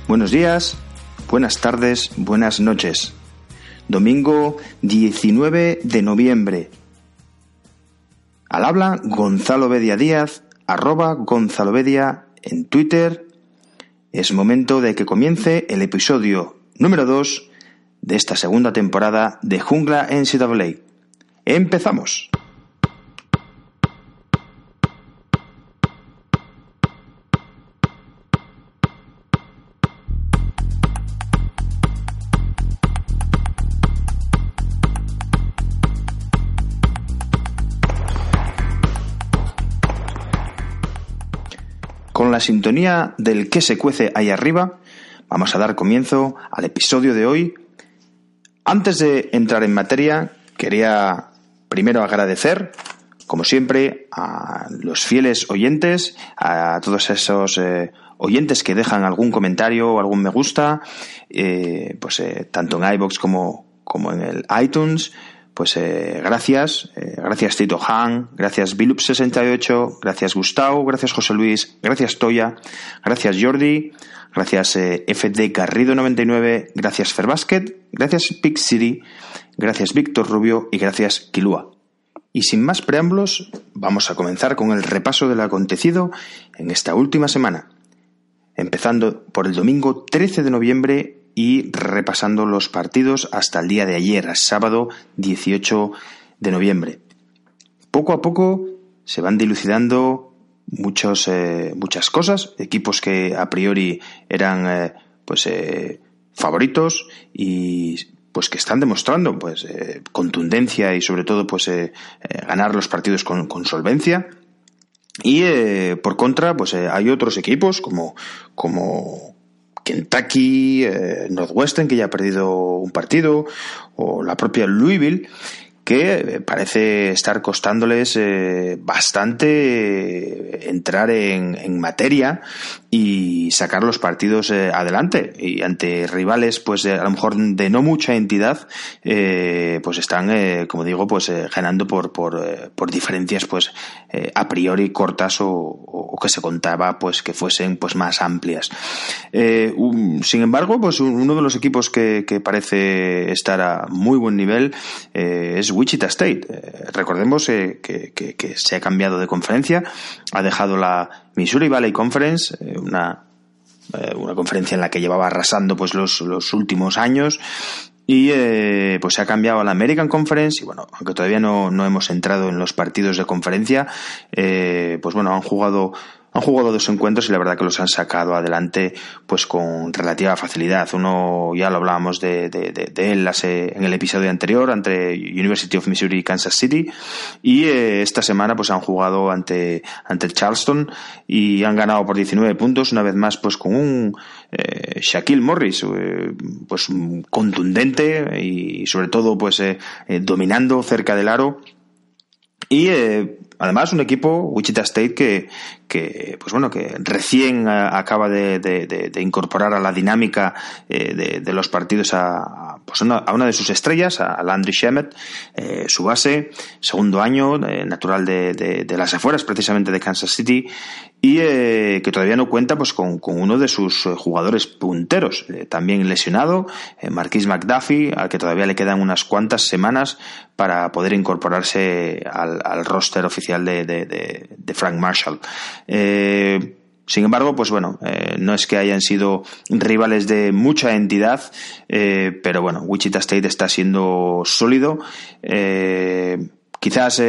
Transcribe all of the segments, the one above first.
Buenos días, buenas tardes, buenas noches. Domingo 19 de noviembre. Al habla Gonzalo Bedia Díaz, @GonzaloBedia en Twitter. Es momento de que comience el episodio número 2 de esta segunda temporada de Jungla NCAA. ¡Empezamos! Con la sintonía del que se cuece ahí arriba, vamos a dar comienzo al episodio de hoy. Antes de entrar en materia, quería primero agradecer, como siempre, a los fieles oyentes, a todos esos oyentes que dejan algún comentario o algún me gusta, tanto en iVoox como en el iTunes. Gracias Tito Han, gracias Bilup68, gracias Gustavo, gracias José Luis, gracias Toya, gracias Jordi, gracias FD Garrido 99, gracias Ferbasket, gracias Big City, gracias Víctor Rubio y gracias Kilua. Y sin más preámbulos, vamos a comenzar con el repaso de lo acontecido en esta última semana, empezando por el domingo 13 de noviembre y repasando los partidos hasta el día de ayer, sábado 18 de noviembre. Poco a poco se van dilucidando muchas cosas, equipos que a priori eran favoritos y pues que están demostrando contundencia y sobre todo ganar los partidos con solvencia. Y por contra hay otros equipos como Kentucky, Northwestern, que ya ha perdido un partido, o la propia Louisville, que parece estar costándoles bastante entrar en materia y sacar los partidos adelante, y ante rivales a lo mejor de no mucha entidad, están como digo ganando por diferencias a priori cortas o que se contaba que fuesen más amplias. Sin embargo, uno de los equipos que parece estar a muy buen nivel es Wichita State. Recordemos que se ha cambiado de conferencia, ha dejado la Missouri Valley Conference, una conferencia en la que llevaba arrasando los últimos años, y se ha cambiado a la American Conference. Y bueno, aunque todavía no hemos entrado en los partidos de conferencia, han jugado 2 encuentros y la verdad que los han sacado adelante con relativa facilidad. Uno ya lo hablábamos de él en el episodio anterior, ante University of Missouri y Kansas City, y esta semana han jugado ante Charleston y han ganado por 19 puntos, una vez más con un Shaquille Morris contundente y sobre todo dominando cerca del aro. Y además un equipo, Wichita State, que recién acaba de incorporar a la dinámica de los partidos a una de sus estrellas, a Landry Shamet, su base, segundo año, natural de las afueras precisamente de Kansas City, y que todavía no cuenta con uno de sus jugadores punteros, también lesionado, Marquise McDuffie, al que todavía le quedan unas cuantas semanas para poder incorporarse al roster oficial de Frank Marshall. Sin embargo, no es que hayan sido rivales de mucha entidad, pero Wichita State está siendo sólido. Quizás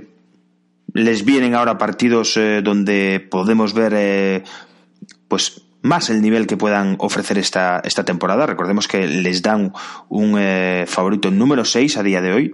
les vienen ahora partidos donde podemos ver más el nivel que puedan ofrecer esta temporada. Recordemos que les dan un favorito número 6 a día de hoy.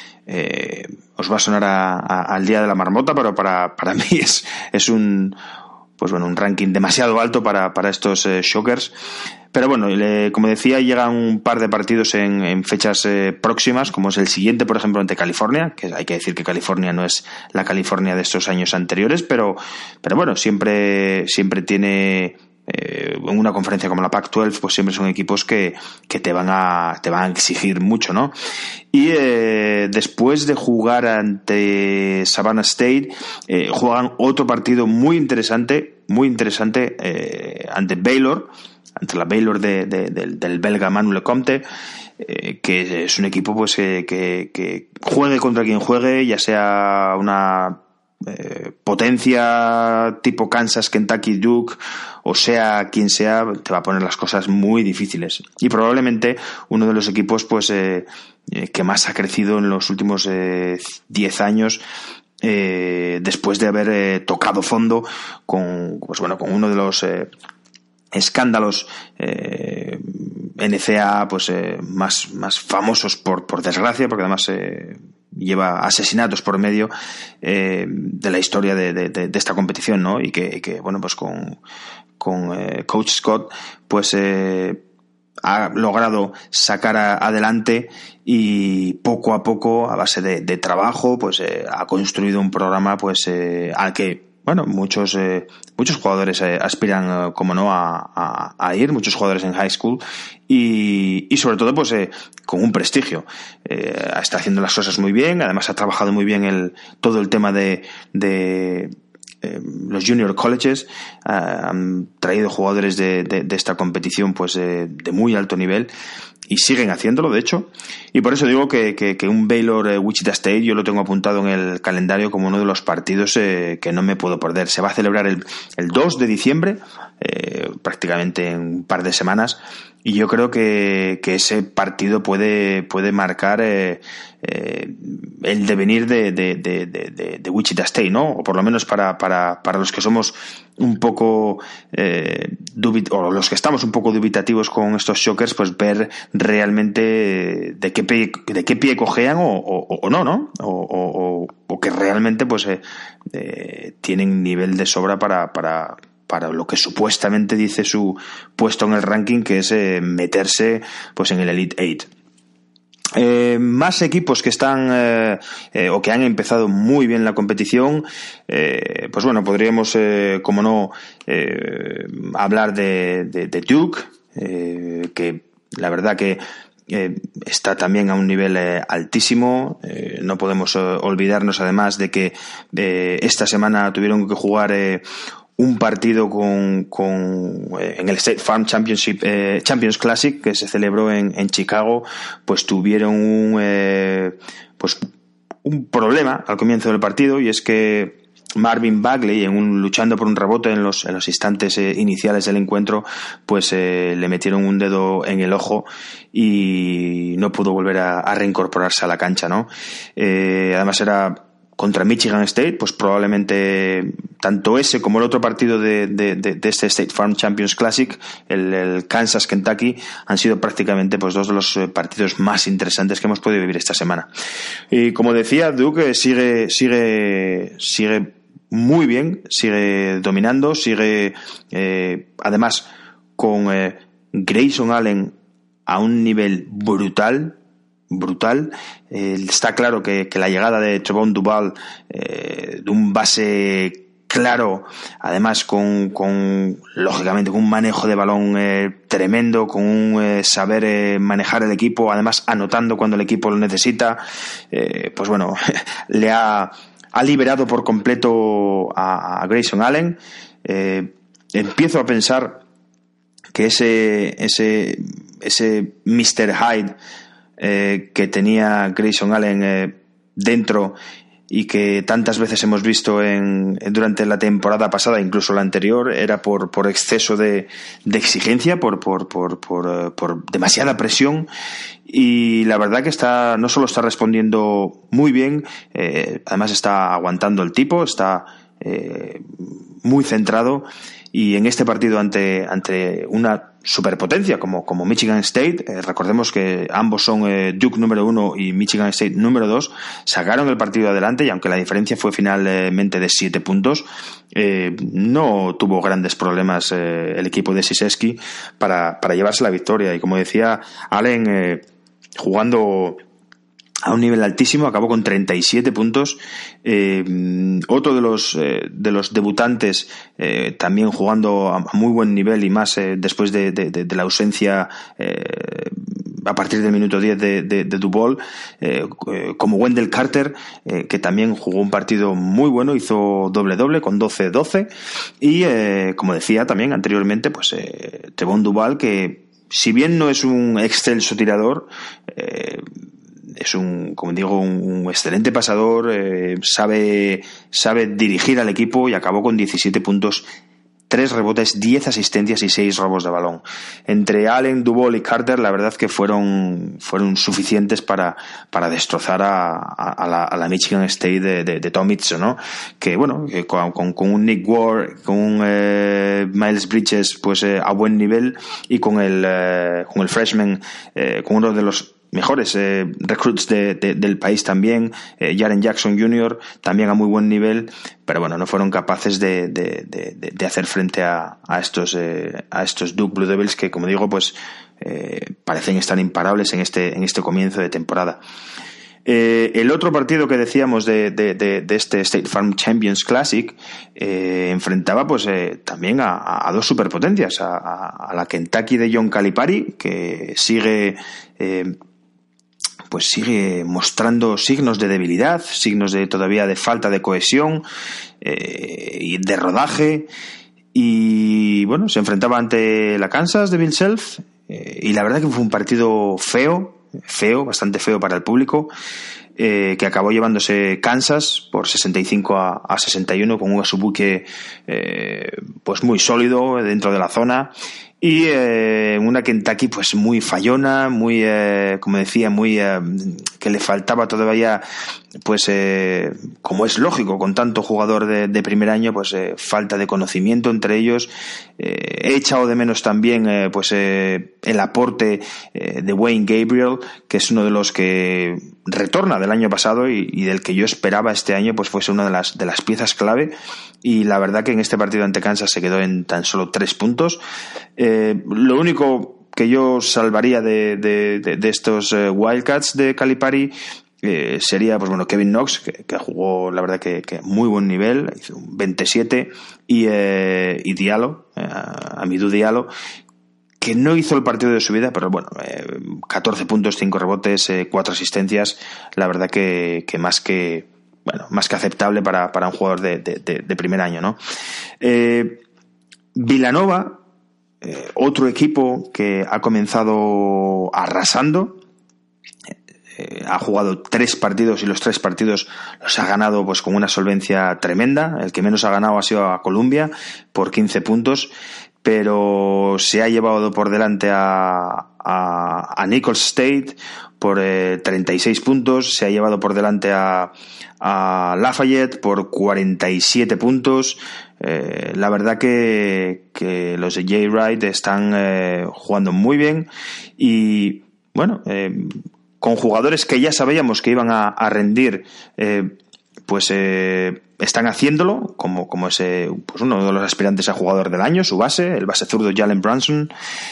Os va a sonar al día de la marmota, pero para mí es un ranking demasiado alto para estos Shockers. Pero como decía, llegan un par de partidos en fechas próximas, como es el siguiente, por ejemplo, ante California, que hay que decir que California no es la California de estos años anteriores, pero siempre tiene en una conferencia como la Pac-12, pues siempre son equipos que te van a exigir mucho, ¿no? Y después de jugar ante Savannah State, juegan otro partido muy interesante ante Baylor, ante la Baylor del belga Manu Lecomte, que es un equipo pues que juegue contra quien juegue, ya sea una potencia tipo Kansas, Kentucky, Duke, o sea quien sea, te va a poner las cosas muy difíciles. Y probablemente uno de los equipos pues que más ha crecido en los últimos 10 años, después de haber tocado fondo con uno de los escándalos NCAA pues más famosos por desgracia, porque además lleva asesinatos por medio de la historia de esta competición, ¿no? Y que bueno, pues con Coach Scott pues ha logrado sacar adelante, y poco a poco, a base de trabajo, pues ha construido un programa pues al que bueno, muchos jugadores aspiran, como no, a ir, muchos jugadores en high school, y sobre todo pues con un prestigio. Está haciendo las cosas muy bien, además ha trabajado muy bien todo el tema de los junior colleges. Han traído jugadores de esta competición pues de muy alto nivel, y siguen haciéndolo, de hecho, y por eso digo que un Baylor Wichita State yo lo tengo apuntado en el calendario como uno de los partidos que no me puedo perder. Se va a celebrar el 2 de diciembre, prácticamente en un par de semanas, y yo creo que ese partido puede marcar el devenir de Wichita State, ¿no? O por lo menos para los que somos un poco o los que estamos un poco dubitativos con estos Shockers, pues ver realmente de qué pie cojean o no, o que realmente pues tienen nivel de sobra para lo que supuestamente dice su puesto en el ranking, que es meterse pues en el Elite Eight. Más equipos que están o que han empezado muy bien la competición, pues bueno, podríamos como no hablar de Duke, que la verdad que está también a un nivel altísimo. No podemos olvidarnos además de que esta semana tuvieron que jugar un partido en el State Farm Champions Classic, que se celebró en Chicago. Pues tuvieron un problema al comienzo del partido, y es que Marvin Bagley, luchando por un rebote en los instantes iniciales del encuentro, pues le metieron un dedo en el ojo y no pudo volver a reincorporarse a la cancha, ¿no? Además era contra Michigan State, pues probablemente tanto ese como el otro partido de este State Farm Champions Classic, el Kansas Kentucky, han sido prácticamente pues dos de los partidos más interesantes que hemos podido vivir esta semana. Y como decía, Duke sigue muy bien, sigue dominando, sigue además con Grayson Allen a un nivel brutal. Está claro que la llegada de Trevon Duval, de un base claro, además lógicamente con un manejo de balón tremendo, con un saber manejar el equipo, además anotando cuando el equipo lo necesita, pues bueno, le ha liberado por completo a Grayson Allen. Empiezo a pensar que ese Mr. Hyde que tenía Grayson Allen dentro, y que tantas veces hemos visto durante la temporada pasada, incluso la anterior, era por exceso de exigencia, por demasiada presión. Y la verdad que no solo está respondiendo muy bien, además está aguantando el tipo, está muy centrado. Y en este partido ante una superpotencia como Michigan State, recordemos que ambos son Duke número 1 y Michigan State número 2, sacaron el partido adelante, y aunque la diferencia fue finalmente de 7 puntos, no tuvo grandes problemas el equipo de Krzyzewski para llevarse la victoria. Y como decía Allen, jugando a un nivel altísimo, acabó con 37 puntos. Otro de los debutantes, también jugando a muy buen nivel, y más después de la ausencia a partir del minuto 10 de Duval, como Wendell Carter, que también jugó un partido muy bueno, hizo doble con 12-12, y como decía también anteriormente, pues Trevon Duval, que si bien no es un excelso tirador, es como digo, un excelente pasador, sabe dirigir al equipo, y acabó con 17 puntos, 3 rebotes, 10 asistencias y 6 robos de balón. Entre Allen, Duval y Carter, la verdad que fueron suficientes para destrozar a la Michigan State de Tom Izzo, ¿no? Que bueno, que con un Nick Ward, con un Miles Bridges, pues a buen nivel, y con el freshman, con uno de los mejores recruits del país también, Jaren Jackson Jr., también a muy buen nivel, pero bueno, no fueron capaces de hacer frente a estos Duke Blue Devils, que, como digo, pues parecen estar imparables en este comienzo de temporada. El otro partido que decíamos de este State Farm Champions Classic enfrentaba pues también a dos superpotencias, a la Kentucky de John Calipari, que sigue mostrando signos de debilidad, signos todavía de falta de cohesión y de rodaje, y bueno, se enfrentaba ante la Kansas de Bill Self, y la verdad que fue un partido feo, bastante feo para el público, que acabó llevándose Kansas por 65-61, con un Asubuque pues muy sólido dentro de la zona, y una Kentucky pues muy fallona, muy como decía, muy que le faltaba todavía, pues como es lógico con tanto jugador de primer año, pues falta de conocimiento entre ellos. He echado de menos también pues el aporte de Wayne Gabriel, que es uno de los que retorna del año pasado y del que yo esperaba este año pues fuese una de las piezas clave, y la verdad que en este partido ante Kansas se quedó en tan solo 3 puntos. Lo único que yo salvaría de estos Wildcats de Calipari sería pues bueno, Kevin Knox, que jugó la verdad que muy buen nivel, hizo un 27, y Diallo, Amidou Diallo, que no hizo el partido de su vida, pero bueno, 14 puntos, 5 rebotes, 4 asistencias, la verdad que más que aceptable para un jugador de primer año, ¿no? Villanova, otro equipo que ha comenzado arrasando, ha jugado 3 partidos y los 3 partidos los ha ganado pues con una solvencia tremenda. El que menos ha ganado ha sido a Columbia por 15 puntos, pero se ha llevado por delante a Nicholls State por 36 puntos, se ha llevado por delante a Lafayette por 47 puntos. La verdad que los de Jay Wright están jugando muy bien, y bueno, con jugadores que ya sabíamos que iban a rendir, pues están haciéndolo, como ese, pues uno de los aspirantes a jugador del año, su base, el base zurdo Jalen Brunson.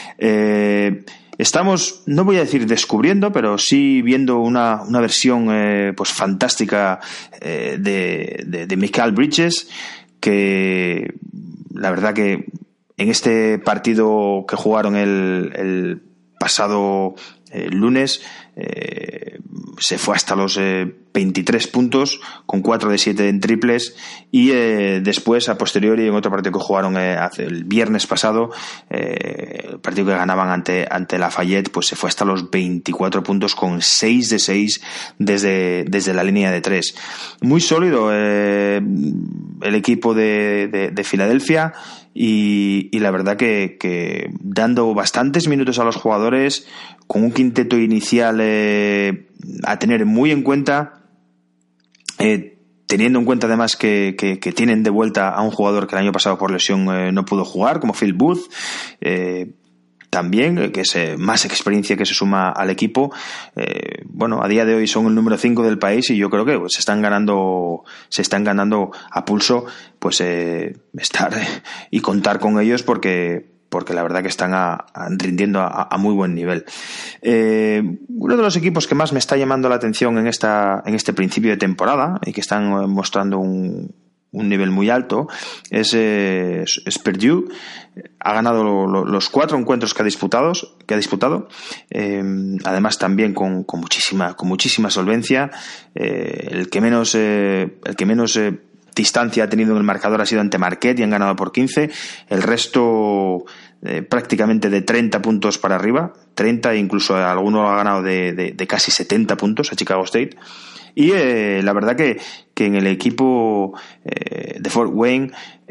Estamos, no voy a decir descubriendo, pero sí viendo una versión pues fantástica de Mikal Bridges, que la verdad que en este partido que jugaron el pasado lunes se fue hasta los 23 puntos con 4 de 7 en triples, y después a posteriori en otro partido que jugaron el viernes pasado, el partido que ganaban ante Lafayette, pues se fue hasta los 24 puntos con 6 de 6 desde la línea de 3. Muy sólido el equipo de Filadelfia, y la verdad que dando bastantes minutos a los jugadores, con un quinteto inicial a tener muy en cuenta, teniendo en cuenta además que tienen de vuelta a un jugador que el año pasado por lesión no pudo jugar, como Phil Booth, también, que es más experiencia que se suma al equipo. Bueno, a día de hoy son el número 5 del país, y yo creo que se están ganando a pulso pues estar y contar con ellos, porque la verdad que están rindiendo a muy buen nivel. Uno de los equipos que más me está llamando la atención en este principio de temporada, y que están mostrando un un nivel muy alto, es Purdue. Ha ganado los 4 encuentros que ha disputado, además también con muchísima solvencia. El que menos distancia ha tenido en el marcador ha sido ante Marquette y han ganado por 15. El resto prácticamente de 30 puntos para arriba, 30, e incluso alguno ha ganado de casi 70 puntos a Chicago State. Y la verdad que en el equipo de Fort Wayne,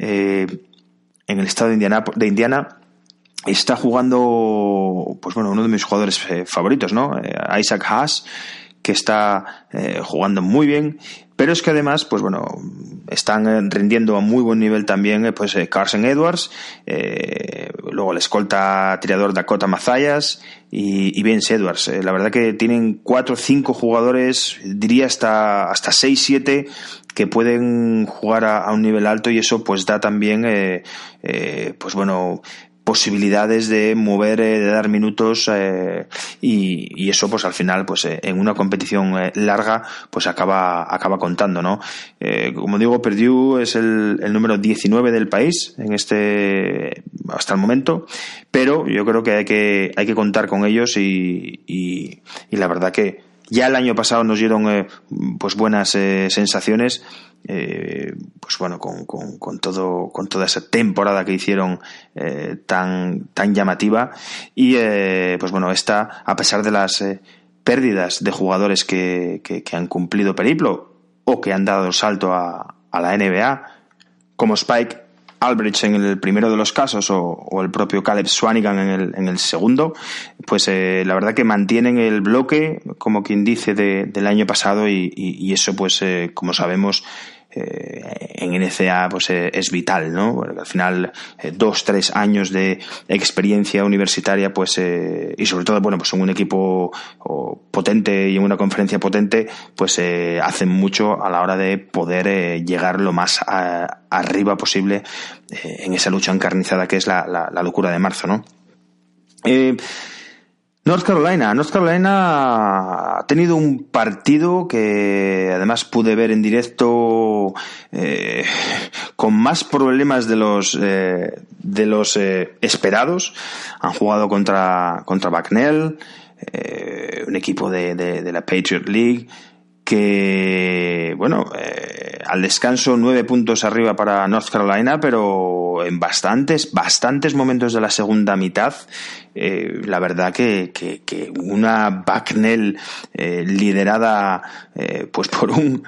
en el estado de Indiana, está jugando, pues bueno, uno de mis jugadores favoritos, ¿no? Isaac Haas, que está jugando muy bien. Pero es que además, pues bueno, están rindiendo a muy buen nivel también Carson Edwards, luego el escolta tirador Dakota Mathias y Vince Edwards. La verdad que tienen 4 o 5 jugadores, diría hasta 6-7, que pueden jugar a un nivel alto, y eso pues da también pues bueno, posibilidades de mover, de dar minutos, y eso pues al final pues en una competición larga pues acaba contando, ¿no? Como digo, Purdue es el número 19 del país hasta el momento, pero yo creo que hay que contar con ellos, y la verdad que ya el año pasado nos dieron pues buenas sensaciones, pues bueno, con toda esa temporada que hicieron tan llamativa, y pues bueno, esta, a pesar de las pérdidas de jugadores que han cumplido periplo o que han dado el salto a la NBA, como Spike Albridge en el primero de los casos, o el propio Caleb Swanigan en el segundo, pues la verdad que mantienen el bloque, como quien dice, del año pasado, y eso pues como sabemos en NCAA pues es vital, ¿no? Porque al final 2-3 años de experiencia universitaria, pues y sobre todo, bueno, pues en un equipo potente y en una conferencia potente, pues hacen mucho a la hora de poder llegar lo más arriba posible en esa lucha encarnizada que es la locura de marzo, ¿no? North Carolina ha tenido un partido que además pude ver en directo, con más problemas de los esperados. Han jugado contra Bucknell, un equipo de la Patriot League, que bueno, al descanso 9 puntos arriba para North Carolina, pero en bastantes momentos de la segunda mitad, la verdad que una Bucknell liderada pues por un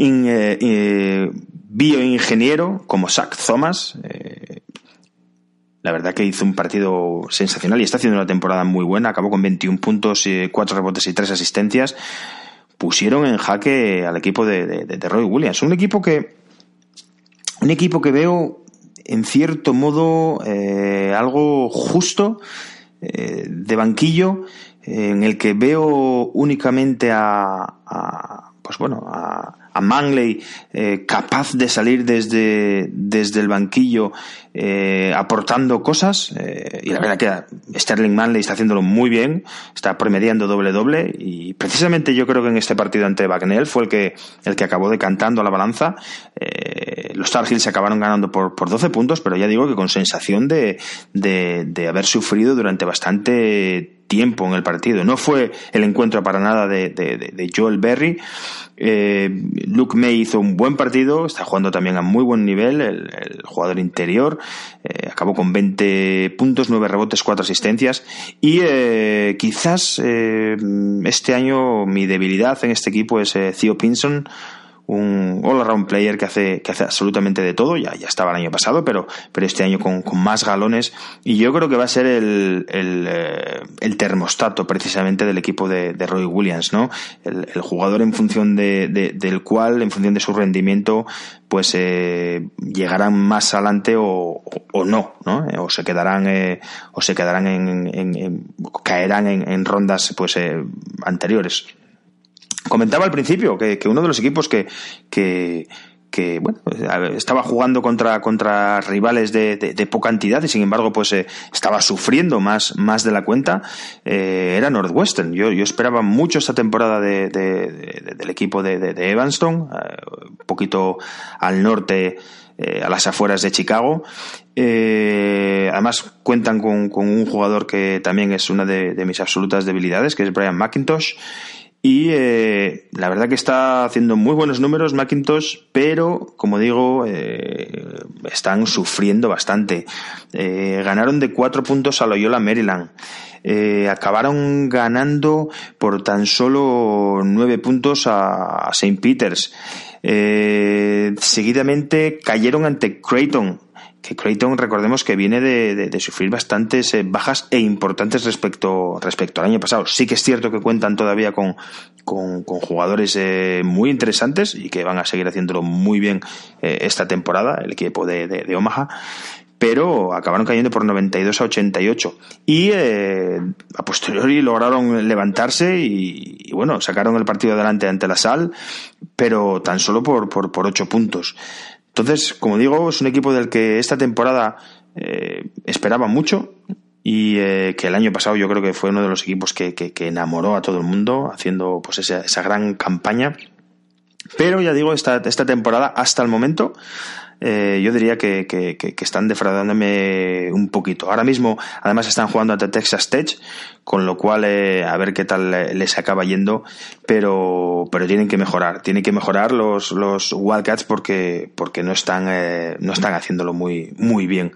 bioingeniero como Zach Thomas, la verdad que hizo un partido sensacional y está haciendo una temporada muy buena. Acabó con 21 puntos, 4 rebotes y 3 asistencias. Pusieron en jaque al equipo de Roy Williams. Un equipo que veo en cierto modo algo justo, de banquillo, en el que veo únicamente a Manley capaz de salir desde el banquillo aportando cosas, y la verdad que Sterling Manley está haciéndolo muy bien, está promediando doble, y precisamente yo creo que en este partido ante Bucknell fue el que acabó decantando a la balanza. Los Tar Heels se acabaron ganando por 12 puntos, pero ya digo que con sensación de haber sufrido durante bastante tiempo en el partido. No fue el encuentro para nada de Joel Berry. Luke May hizo un buen partido, está jugando también a muy buen nivel, el jugador interior, acabó con 20 puntos, 9 rebotes, 4 asistencias, y quizás este año mi debilidad en este equipo es Theo Pinson, un all-around player que hace absolutamente de todo. Ya estaba el año pasado, pero este año con más galones, y yo creo que va a ser el termostato precisamente del equipo de Roy Williams, ¿no? El jugador en función del cual, en función de su rendimiento, pues llegarán más adelante o no, o se quedarán caerán en rondas pues anteriores. Comentaba al principio que uno de los equipos que bueno, estaba jugando contra rivales de poca entidad y sin embargo pues estaba sufriendo más de la cuenta, era Northwestern. Yo esperaba mucho esta temporada del equipo de Evanston, un poquito al norte, a las afueras de Chicago. Además cuentan con un jugador que también es una de mis absolutas debilidades, que es Brian McIntosh. Y la verdad que está haciendo muy buenos números McIntosh, pero como digo, están sufriendo bastante. Ganaron de 4 puntos a Loyola Maryland. Acabaron ganando por tan solo 9 puntos a St. Peter's. Seguidamente cayeron ante Creighton, que Creighton, recordemos que viene de sufrir bastantes bajas e importantes respecto al año pasado. Sí que es cierto que cuentan todavía con jugadores muy interesantes y que van a seguir haciéndolo muy bien esta temporada, el equipo de Omaha, pero acabaron cayendo por 92-88 y a posteriori lograron levantarse y bueno, sacaron el partido adelante ante la Salle, pero tan solo por 8 puntos. Entonces, como digo, es un equipo del que esta temporada esperaba mucho y que el año pasado yo creo que fue uno de los equipos que enamoró a todo el mundo haciendo pues esa gran campaña. Pero ya digo, esta temporada hasta el momento yo diría que están defraudándome un poquito. Ahora mismo además están jugando ante Texas Tech, con lo cual a ver qué tal les acaba yendo, pero tienen que mejorar los Wildcats porque no están haciéndolo muy bien.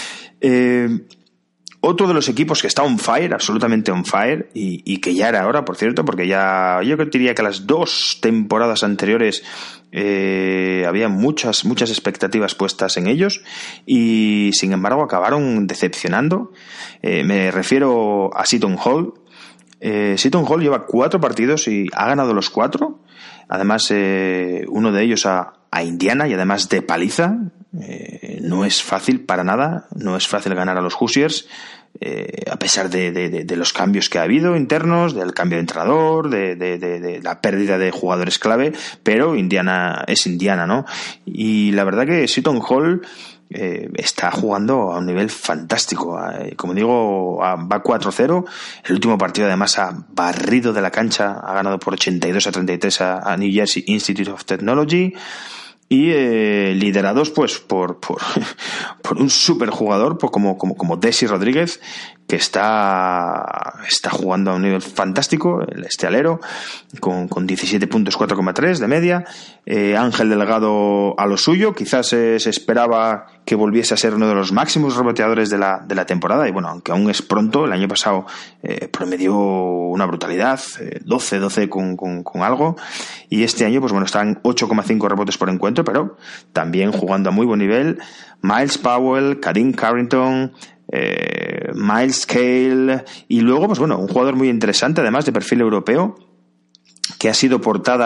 Otro de los equipos que está on fire, absolutamente on fire, y que ya era hora, por cierto, porque ya yo diría que las 2 temporadas anteriores había muchas expectativas puestas en ellos y sin embargo acabaron decepcionando. Me refiero a Seton Hall. Seton Hall lleva 4 partidos y ha ganado los 4. Además, uno de ellos a Indiana y además de paliza. No es fácil para nada, no es fácil ganar a los Hoosiers, a pesar de los cambios que ha habido internos, del cambio de entrenador, de la pérdida de jugadores clave, pero Indiana es Indiana, ¿no? Y la verdad que Seton Hall está jugando a un nivel fantástico. Como digo, va 4-0. El último partido además ha barrido de la cancha, ha ganado por 82-33 a New Jersey Institute of Technology. Y liderados pues por un super jugador pues como Desi Rodríguez, que está jugando a un nivel fantástico, este alero, con 17 puntos, 4,3 de media. Ángel Delgado a lo suyo, quizás se esperaba que volviese a ser uno de los máximos reboteadores de la temporada, y bueno, aunque aún es pronto, el año pasado promedió una brutalidad, 12 con algo, y este año pues bueno, están 8,5 rebotes por encuentro, pero también jugando a muy buen nivel. Miles Powell, Karim Carrington, Miles Cale, y luego pues bueno, un jugador muy interesante además de perfil europeo, que ha sido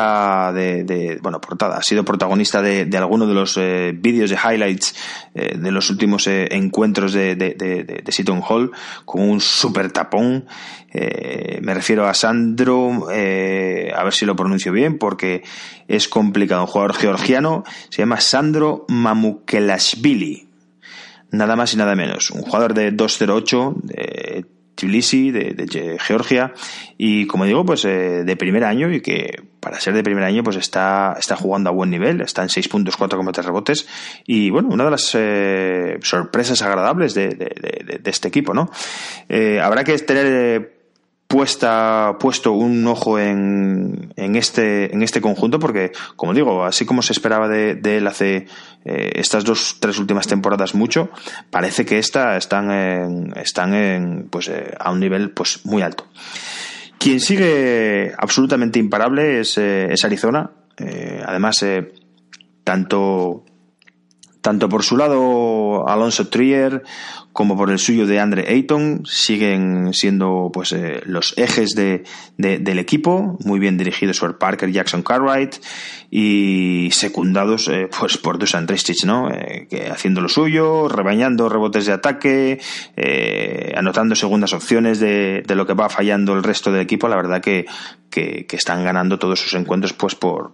ha sido protagonista de alguno de los vídeos de highlights de los últimos encuentros de Seton Hall, con un super tapón. Me refiero a Sandro, a ver si lo pronuncio bien porque es complicado, un jugador georgiano, se llama Sandro Mamukelashvili, nada más y nada menos, un jugador de 2.08 de Tbilisi, de Georgia, y como digo, pues de primer año, y que para ser de primer año pues está jugando a buen nivel, está en 6 puntos, 4,3 rebotes, y bueno, una de las sorpresas agradables de este equipo, ¿no? Habrá que tener puesto un ojo en este conjunto, porque como digo, así como se esperaba de él hace estas 2-3 últimas temporadas mucho, parece que están en a un nivel pues muy alto. Quien sigue absolutamente imparable es Arizona. Además, tanto por su lado Alonso Trier como por el suyo de Andre Ayton siguen siendo pues los ejes del equipo, muy bien dirigidos por Parker Jackson Cartwright y secundados pues por Dusan Ristic, ¿no? Que haciendo lo suyo, rebañando rebotes de ataque, anotando segundas opciones de lo que va fallando el resto del equipo. La verdad que están ganando todos sus encuentros pues por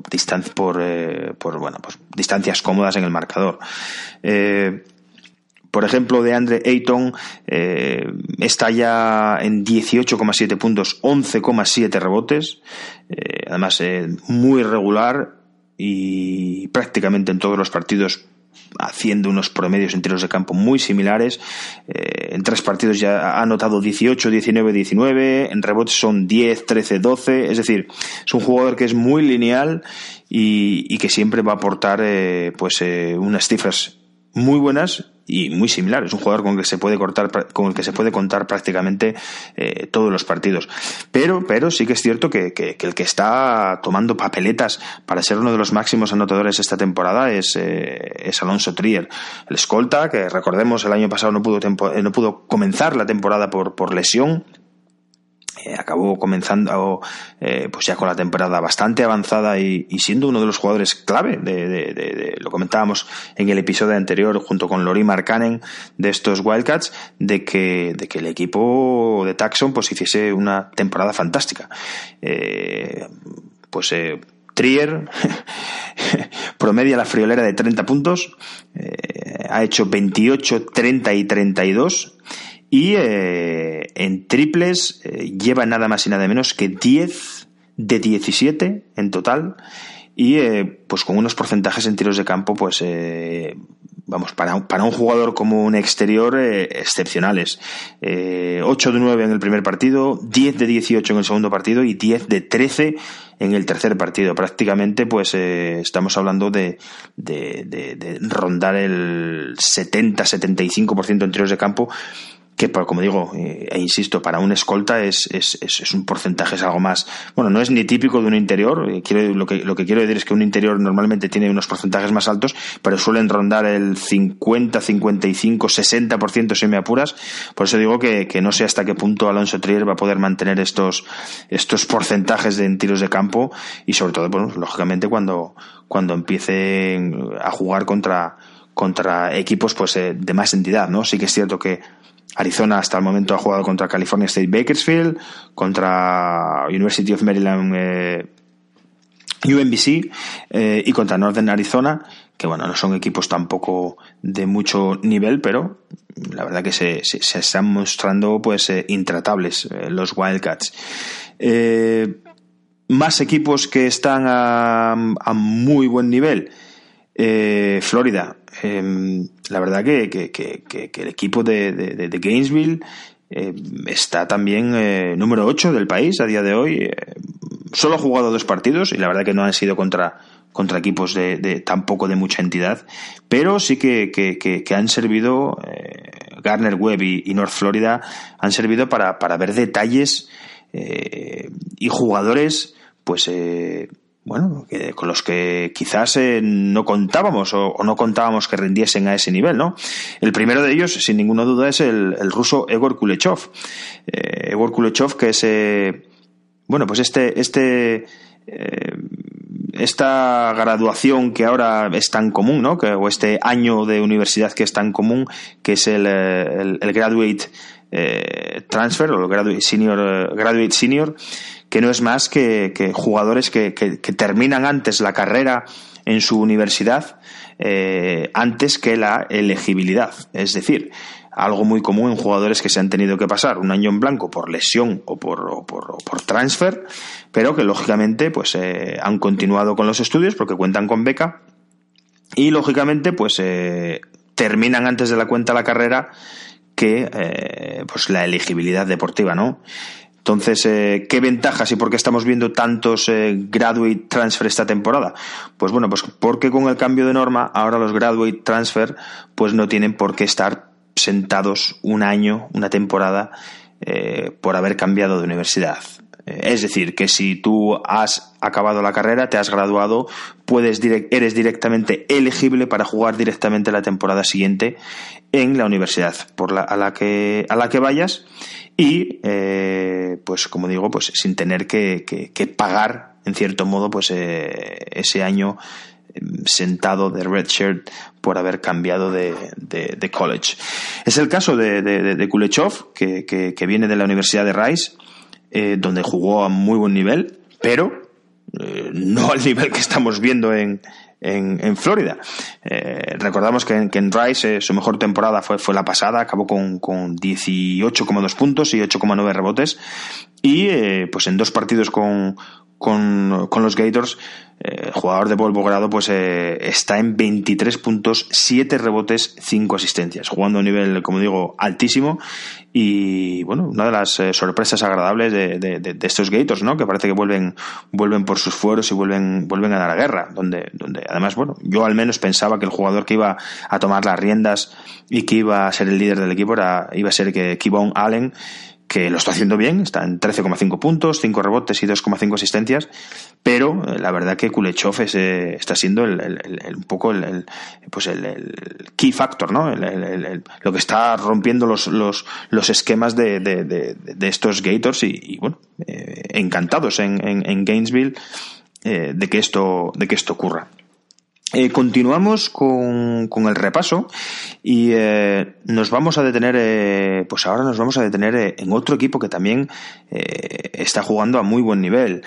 distancias cómodas en el marcador. Por ejemplo, DeAndre Ayton está ya en 18,7 puntos, 11,7 rebotes, además muy regular y prácticamente en todos los partidos haciendo unos promedios en tiros de campo muy similares. En 3 partidos ya ha anotado 18, 19, 19, en rebotes son 10, 13, 12, es decir, es un jugador que es muy lineal y que siempre va a aportar unas cifras muy buenas y muy similares. Es un jugador con el que se puede contar prácticamente todos los partidos. Pero sí que es cierto que el que está tomando papeletas para ser uno de los máximos anotadores esta temporada es Alonso Trier, el escolta, que recordemos el año pasado no pudo comenzar la temporada por lesión. Acabó comenzando pues ya con la temporada bastante avanzada y siendo uno de los jugadores clave de lo comentábamos en el episodio anterior junto con Lauri Markkanen de estos Wildcats, de que el equipo de Tucson pues hiciese una temporada fantástica. Trier promedia la friolera de 30 puntos, ha hecho 28, 30 y 32. Y en triples lleva nada más y nada menos que 10 de 17 en total. Y pues con unos porcentajes en tiros de campo, pues para un jugador como un exterior excepcionales. 8 de 9 en el primer partido, 10 de 18 en el segundo partido y 10 de 13 en el tercer partido. Prácticamente pues estamos hablando de rondar el 70-75% en tiros de campo, que como digo, e insisto, para un escolta es un porcentaje, es algo más, bueno, no es ni típico de un interior. Lo que quiero decir es que un interior normalmente tiene unos porcentajes más altos, pero suelen rondar el 50, 55, 60% si me apuras. Por eso digo que no sé hasta qué punto Alonso Trier va a poder mantener estos porcentajes en tiros de campo y sobre todo, bueno, lógicamente cuando empiece a jugar contra equipos pues de más entidad, ¿no? Sí que es cierto que Arizona hasta el momento ha jugado contra California State Bakersfield, contra University of Maryland UMBC y contra Northern Arizona, que bueno, no son equipos tampoco de mucho nivel, pero la verdad que se están mostrando pues intratables los Wildcats. Más equipos que están a muy buen nivel. Florida, la verdad que el equipo de Gainesville está también número 8 del país a día de hoy. Solo ha jugado 2 partidos y la verdad que no han sido contra equipos de tampoco de mucha entidad, pero sí que han servido. Gardner Webb y North Florida han servido para ver detalles y jugadores pues con los que quizás no contábamos o no contábamos que rindiesen a ese nivel, ¿no? El primero de ellos, sin ninguna duda, es el ruso Egor Kuleshov. Egor Kuleshov, que es pues esta graduación que ahora es tan común, ¿no? O este año de universidad que es tan común, que es el graduate transfer o el graduate senior, que no es más que jugadores que terminan antes la carrera en su universidad antes que la elegibilidad. Es decir, algo muy común en jugadores que se han tenido que pasar un año en blanco por lesión o por transfer, pero que lógicamente pues han continuado con los estudios porque cuentan con beca y lógicamente pues terminan antes de la cuenta la carrera que pues la elegibilidad deportiva, ¿no? Entonces, ¿qué ventajas y por qué estamos viendo tantos graduate transfer esta temporada? Pues bueno, pues porque con el cambio de norma ahora los graduate transfer pues no tienen por qué estar sentados un año, una temporada por haber cambiado de universidad. Es decir, que si tú has acabado la carrera, te has graduado, eres directamente elegible para jugar directamente la temporada siguiente en la universidad a la que vayas y pues como digo, pues sin tener que pagar en cierto modo pues ese año sentado de redshirt por haber cambiado de college. Es el caso de Kuleshov, que viene de la Universidad de Rice, donde jugó a muy buen nivel, pero no al nivel que estamos viendo en Florida. Recordamos que en Rice su mejor temporada fue la pasada, acabó con 18,2 puntos y 8,9 rebotes, y pues en 2 partidos con los Gators, el jugador de Volgogrado pues está en 23 puntos, 7 rebotes, 5 asistencias, jugando a un nivel, como digo, altísimo. Y bueno, una de las sorpresas agradables de estos Gators, ¿no? Que parece que vuelven por sus fueros y vuelven a dar guerra, donde además, bueno, yo al menos pensaba que el jugador que iba a tomar las riendas y que iba a ser el líder del equipo iba a ser Kevon Allen, que lo está haciendo bien, está en 13,5 puntos, 5 rebotes y 2,5 asistencias, pero la verdad que Kuleshov está siendo un poco el key factor, ¿no? Lo que está rompiendo los esquemas de estos Gators, y bueno, encantados en Gainesville de que esto ocurra. Continuamos con el repaso y nos vamos a detener, pues ahora nos vamos a detener en otro equipo que también está jugando a muy buen nivel.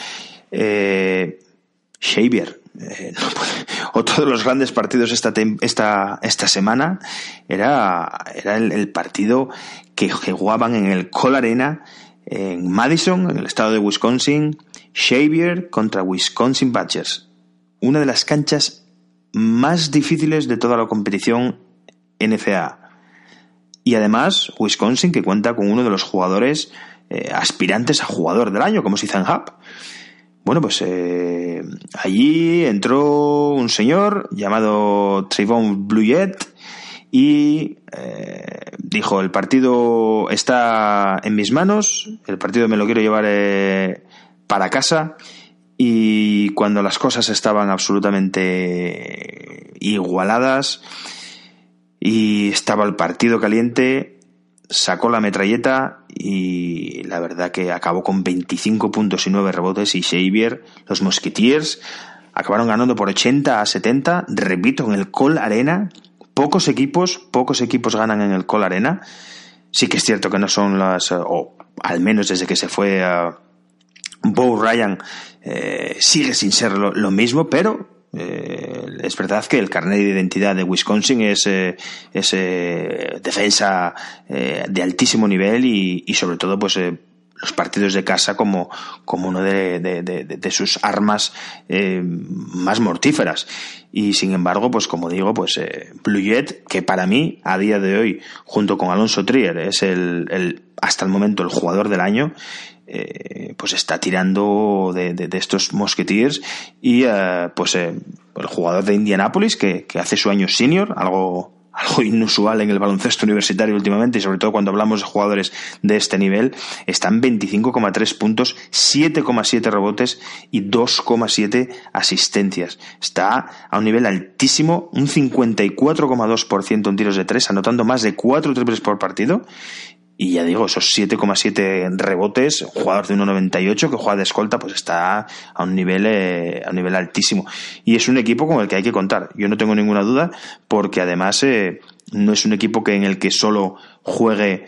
Xavier, otro de los grandes partidos esta semana era el partido que jugaban en el Cole Arena en Madison, en el estado de Wisconsin. Xavier contra Wisconsin Badgers, una de las canchas más difíciles de toda la competición NCAA. Y además Wisconsin, que cuenta con uno de los jugadores aspirantes a jugador del año, como es Ethan Happ. Bueno, pues allí entró un señor llamado Trevon Bluiett y dijo: el partido está en mis manos, el partido me lo quiero llevar para casa. Y cuando las cosas estaban absolutamente igualadas y estaba el partido caliente, sacó la metralleta y la verdad que acabó con 25 puntos y 9 rebotes, y Xavier, los Musketeers, acabaron ganando por 80-70, repito, en el Cole Arena. Pocos equipos ganan en el Cole Arena. Sí que es cierto que no son o al menos desde que se fue a Bo Ryan, sigue sin ser lo mismo, pero es verdad que el carnet de identidad de Wisconsin es defensa de altísimo nivel y sobre todo pues los partidos de casa como uno de sus armas más mortíferas. Y sin embargo, pues como digo, pues Bluiett, que para mí a día de hoy, junto con Alonso Trier, es hasta el momento el jugador del año, pues está tirando de estos Musketeers. Y pues el jugador de Indianapolis, que hace su año senior, algo inusual en el baloncesto universitario últimamente, y sobre todo cuando hablamos de jugadores de este nivel, está en 25,3 puntos, 7,7 rebotes y 2,7 asistencias. Está a un nivel altísimo, un 54,2% en tiros de 3, anotando más de 4 triples por partido. Y ya digo, esos 7,7 rebotes, un jugador de 1,98 que juega de escolta, pues está a un nivel altísimo. Y es un equipo con el que hay que contar. Yo no tengo ninguna duda, porque además no es un equipo en el que solo juegue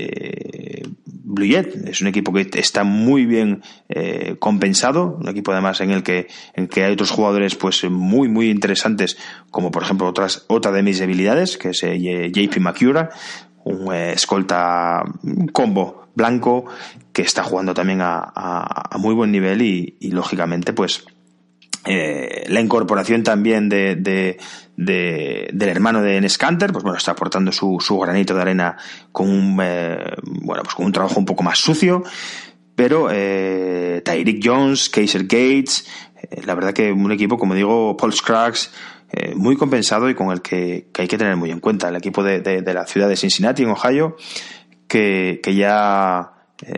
Bluiett. Es un equipo que está muy bien compensado, un equipo además en el que hay otros jugadores pues muy muy interesantes, como por ejemplo otra de mis debilidades, que es JP Macura, un escolta combo blanco que está jugando también a muy buen nivel, y lógicamente pues la incorporación también del hermano de Enes Kanter, pues bueno, está aportando su granito de arena con un trabajo un poco más sucio, pero Tyreek Jones, Kaiser Gates, la verdad que un equipo, como digo, Paul Scruggs, muy compensado y con el que hay que tener muy en cuenta. El equipo de la ciudad de Cincinnati, en Ohio, que ya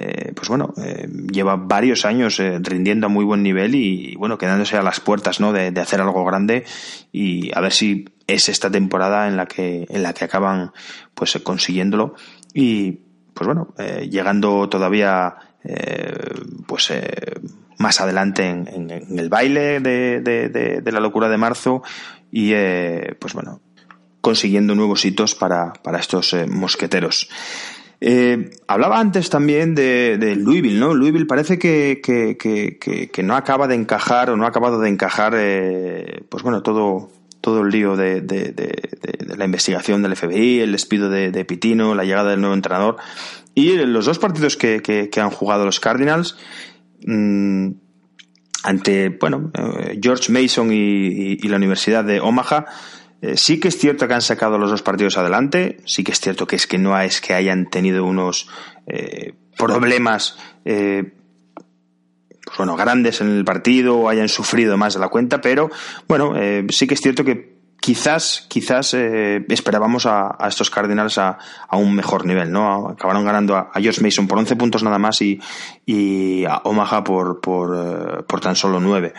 lleva varios años rindiendo a muy buen nivel y bueno, quedándose a las puertas, ¿no?, de hacer algo grande, y a ver si es esta temporada en la que acaban pues consiguiéndolo, y pues bueno, llegando todavía más adelante en el baile de la locura de marzo y pues bueno, consiguiendo nuevos hitos para estos mosqueteros. Hablaba antes también de Louisville, ¿no? Louisville parece que no acaba de encajar o no ha acabado de encajar pues bueno, todo el lío de la investigación del FBI, el despido de Pitino, la llegada del nuevo entrenador y los dos partidos que han jugado los Cardinals ante, bueno, George Mason y la Universidad de Omaha. Sí que es cierto que han sacado los dos partidos adelante, sí que es cierto que no es que hayan tenido unos problemas pues bueno, grandes en el partido o hayan sufrido más de la cuenta, pero bueno, sí que es cierto que quizás esperábamos a estos Cardinals a un mejor nivel, ¿no? Acabaron ganando a George Mason por 11 puntos nada más y a Omaha por tan solo 9.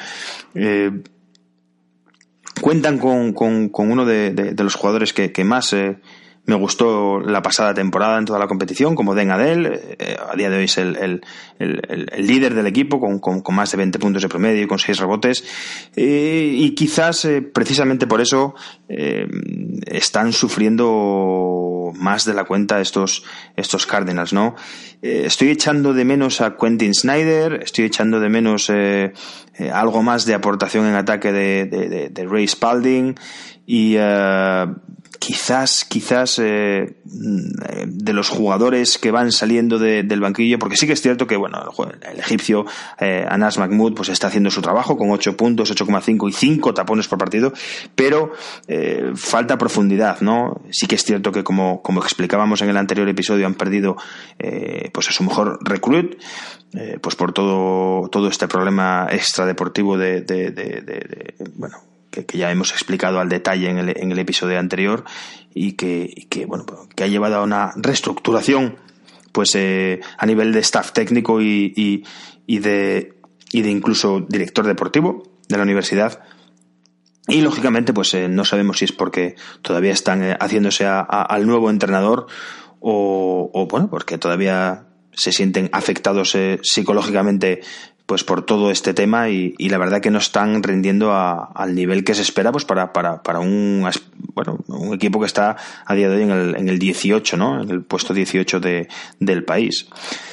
Cuentan con uno de los jugadores que más me gustó la pasada temporada en toda la competición, como Den Adel. A día de hoy es el líder del equipo con más de 20 puntos de promedio y con 6 rebotes. Y quizás precisamente por eso están sufriendo más de la cuenta estos Cardinals, ¿no? Estoy echando de menos a Quentin Snyder, estoy echando de menos algo más de aportación en ataque de Ray Spalding y quizás de los jugadores que van saliendo del banquillo, porque sí que es cierto que bueno, el egipcio Anas Mahmoud pues está haciendo su trabajo con 8 puntos, 8,5 y 5 tapones por partido, pero falta profundidad, ¿no? Sí que es cierto que como explicábamos en el anterior episodio han perdido pues a su mejor recruit pues por todo este problema extradeportivo bueno, que ya hemos explicado al detalle en el episodio anterior y que bueno, que ha llevado a una reestructuración pues a nivel de staff técnico y de incluso director deportivo de la universidad. Y lógicamente pues no sabemos si es porque todavía están haciéndose al nuevo entrenador o bueno, porque todavía se sienten afectados psicológicamente pues por todo este tema y la verdad que no están rindiendo al nivel que se espera pues para un equipo que está a día de hoy en el 18, ¿no? En el puesto 18 del país.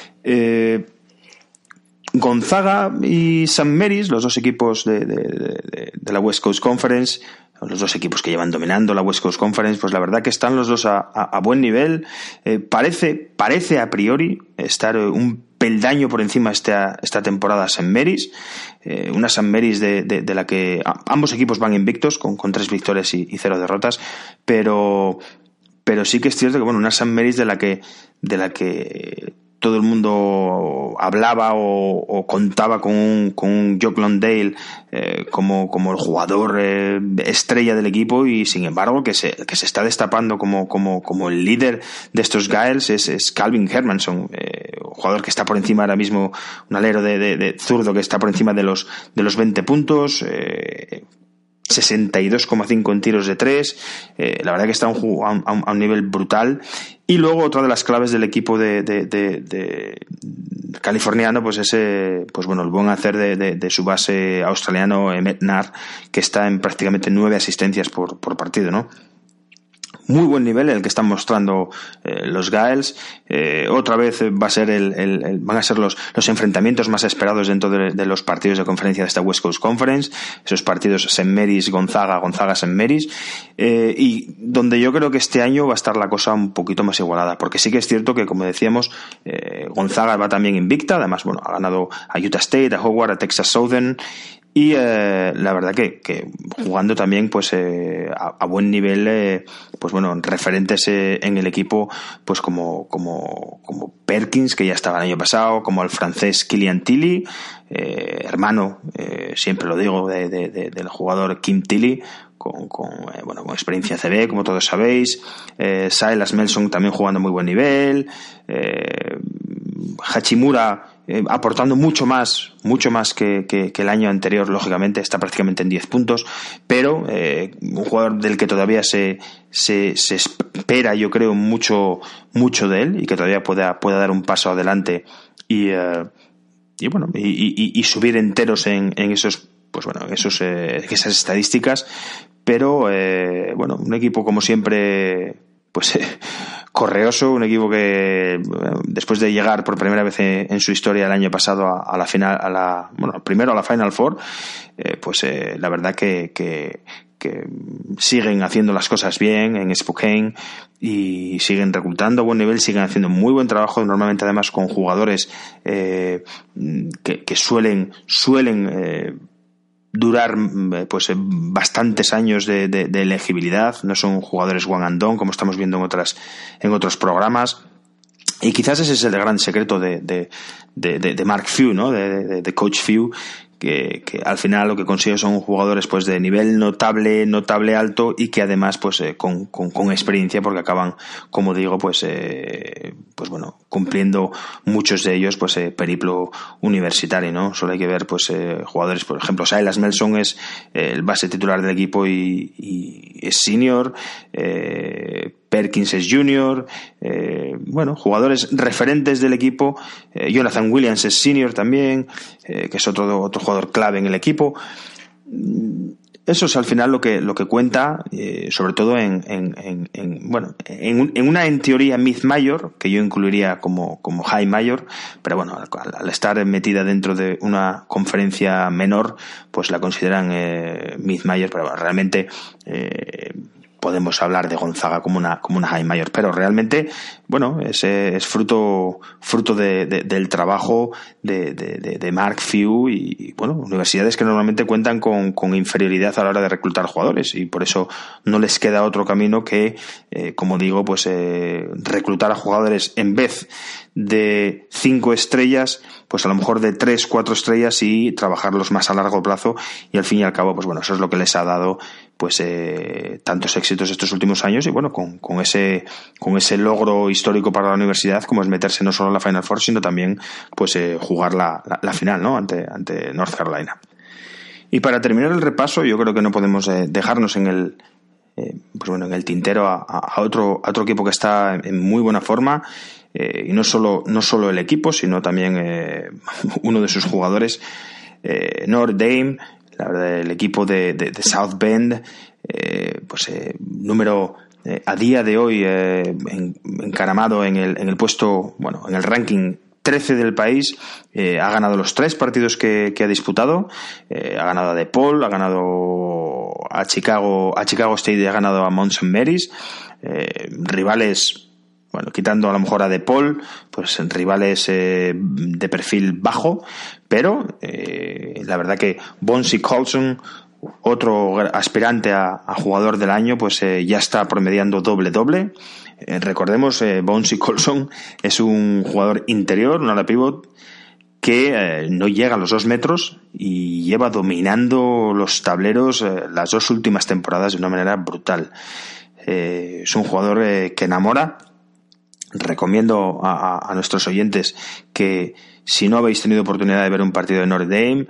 Gonzaga y St. Mary's, los dos equipos de la West Coast Conference, los dos equipos que llevan dominando la West Coast Conference, pues la verdad que están los dos a buen nivel. Parece a priori estar un peldaño por encima esta temporada St. Mary's, una St. Mary's de la que ambos equipos van invictos con 3 victorias y 0 derrotas, pero sí que es cierto que bueno, una St. Mary's de la que todo el mundo hablaba o contaba con un Jock Landale como el jugador estrella del equipo y sin embargo que se está destapando como el líder de estos Gaels es Calvin Hermanson, un jugador que está por encima ahora mismo, un alero de zurdo que está por encima de los 20 puntos, 62,5 en tiros de 3, la verdad que está a un nivel brutal. Y luego otra de las claves del equipo de californiano pues es pues bueno, el buen hacer de su base australiano Emmett Nar, que está en prácticamente 9 asistencias por partido, ¿no? Muy buen nivel el que están mostrando los Gaels. Otra vez van a ser los enfrentamientos más esperados dentro de los partidos de conferencia de esta West Coast Conference, esos partidos St. Mary's, Gonzaga, St. Mary's, y donde yo creo que este año va a estar la cosa un poquito más igualada, porque sí que es cierto que, como decíamos, Gonzaga va también invicta, además bueno, ha ganado a Utah State, a Howard, a Texas Southern. Y la verdad que jugando también pues a buen nivel, pues bueno, referentes en el equipo pues como Perkins, que ya estaba el año pasado, como el francés Killian Tilly, hermano, siempre lo digo, del jugador Kim Tilly, con experiencia CB, como todos sabéis, Silas Melson también jugando muy buen nivel, Hachimura aportando mucho más que el año anterior, lógicamente está prácticamente en 10 puntos, pero un jugador del que todavía se espera, yo creo, mucho de él y que todavía pueda dar un paso adelante y bueno, y subir enteros en esos, pues bueno, esas estadísticas. Pero bueno, un equipo como siempre, pues correoso, un equipo que después de llegar por primera vez en su historia el año pasado a la final, primero a la Final Four, pues la verdad que siguen haciendo las cosas bien en Spokane y siguen reclutando a buen nivel, siguen haciendo muy buen trabajo, normalmente además con jugadores que suelen durar pues bastantes años de elegibilidad. No son jugadores one and done como estamos viendo en otros programas, y quizás ese es el gran secreto de Mark Few, ¿no? de Coach Few, que al final lo que consigue son jugadores pues de nivel notable alto, y que además pues con experiencia, porque acaban, como digo, pues bueno, cumpliendo muchos de ellos pues periplo universitario, ¿no? Solo hay que ver pues jugadores, por ejemplo, Silas Melson es el base titular del equipo y es senior, Perkins es junior, bueno, jugadores referentes del equipo, Jonathan Williams es senior también, que es otro jugador clave en el equipo. Eso es al final lo que cuenta, sobre todo en una, en teoría, mid-major, que yo incluiría como high-major, pero bueno, al estar metida dentro de una conferencia menor, pues la consideran mid-major, pero bueno, realmente podemos hablar de Gonzaga como una high major, pero realmente, bueno, es fruto del trabajo de Mark Few y bueno, universidades que normalmente cuentan con inferioridad a la hora de reclutar jugadores, y por eso no les queda otro camino que, como digo, pues reclutar a jugadores en vez de 5 estrellas, pues a lo mejor de 3, 4 estrellas, y trabajarlos más a largo plazo, y al fin y al cabo, pues bueno, eso es lo que les ha dado pues tantos éxitos estos últimos años, y bueno, con ese logro histórico para la universidad, como es meterse no solo en la Final Four, sino también pues jugar la final, ¿no? ante North Carolina. Y para terminar el repaso, yo creo que no podemos dejarnos en el tintero a otro equipo que está en muy buena forma, y no solo el equipo, sino también uno de sus jugadores, Notre Dame. La verdad, el equipo de South Bend, número a día de hoy encaramado en el puesto, bueno, en el ranking 13 del país, ha ganado los 3 partidos que ha disputado, ha ganado a DePaul, ha ganado a Chicago State y ha ganado a Mount St. Mary's, rivales, bueno, quitando a lo mejor a DePaul, pues rivales de perfil bajo, pero la verdad que Bonzi Colson, otro aspirante a jugador del año, pues ya está promediando doble. Recordemos, Bonzi Colson es un jugador interior, un ala pivot, que no llega a los 2 metros y lleva dominando los tableros las 2 últimas temporadas de una manera brutal. Es un jugador que enamora. Recomiendo a nuestros oyentes que, si no habéis tenido oportunidad de ver un partido de Notre Dame,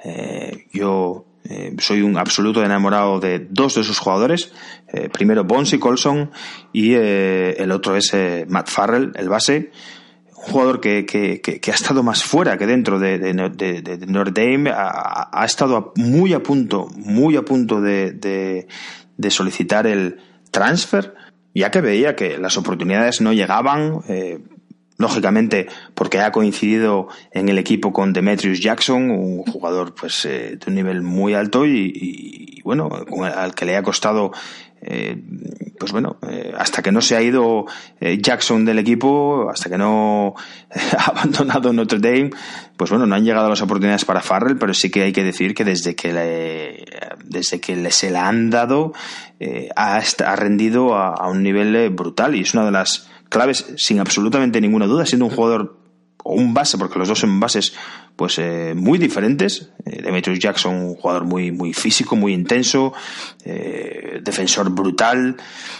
yo soy un absoluto enamorado de 2 de sus jugadores. Primero Bonzi Colson y el otro es Matt Farrell, el base, un jugador que ha estado más fuera que dentro de Notre Dame. Ha estado muy a punto de solicitar el transfer, ya que veía que las oportunidades no llegaban, lógicamente porque ha coincidido en el equipo con Demetrius Jackson, un jugador pues de un nivel muy alto y bueno, al que le ha costado pues bueno, hasta que no se ha ido Jackson del equipo, hasta que no ha abandonado Notre Dame, pues bueno, no han llegado las oportunidades para Farrell, pero sí que hay que decir que desde que se la han dado ha rendido a un nivel brutal, y es una de las claves, sin absolutamente ninguna duda, siendo un jugador o un base, porque los dos son bases pues muy diferentes. Demetrius Jackson, un jugador muy, muy físico, muy intenso, defensor brutal,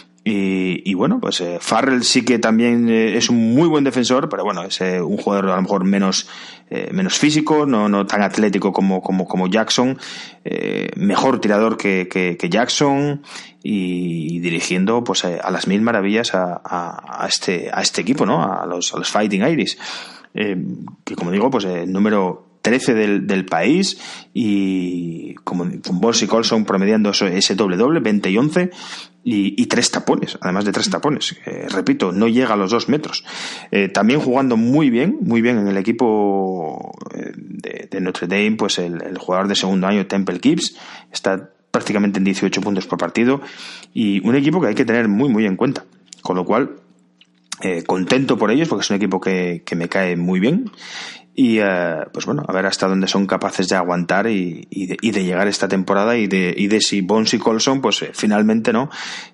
y bueno, pues Farrell sí que también es un muy buen defensor, pero bueno, es un jugador a lo mejor menos físico, no tan atlético como Jackson, mejor tirador que Jackson, y dirigiendo pues a las mil maravillas a este equipo, ¿no? A los Fighting Irish. que como digo, pues número 13 del país, y con Bonsi Colson promediando ese doble, 20 y 11, y 3 tapones, además de 3 tapones. Repito, no llega a los 2 metros. También jugando muy bien en el equipo de Notre Dame, pues el jugador de segundo año, Temple Gibbs, está prácticamente en 18 puntos por partido, y un equipo que hay que tener muy en cuenta. Con lo cual, contento por ellos, porque es un equipo que me cae muy bien. Y pues bueno, a ver hasta dónde son capaces de aguantar y de llegar esta temporada, y de si Bonsi Colson pues finalmente no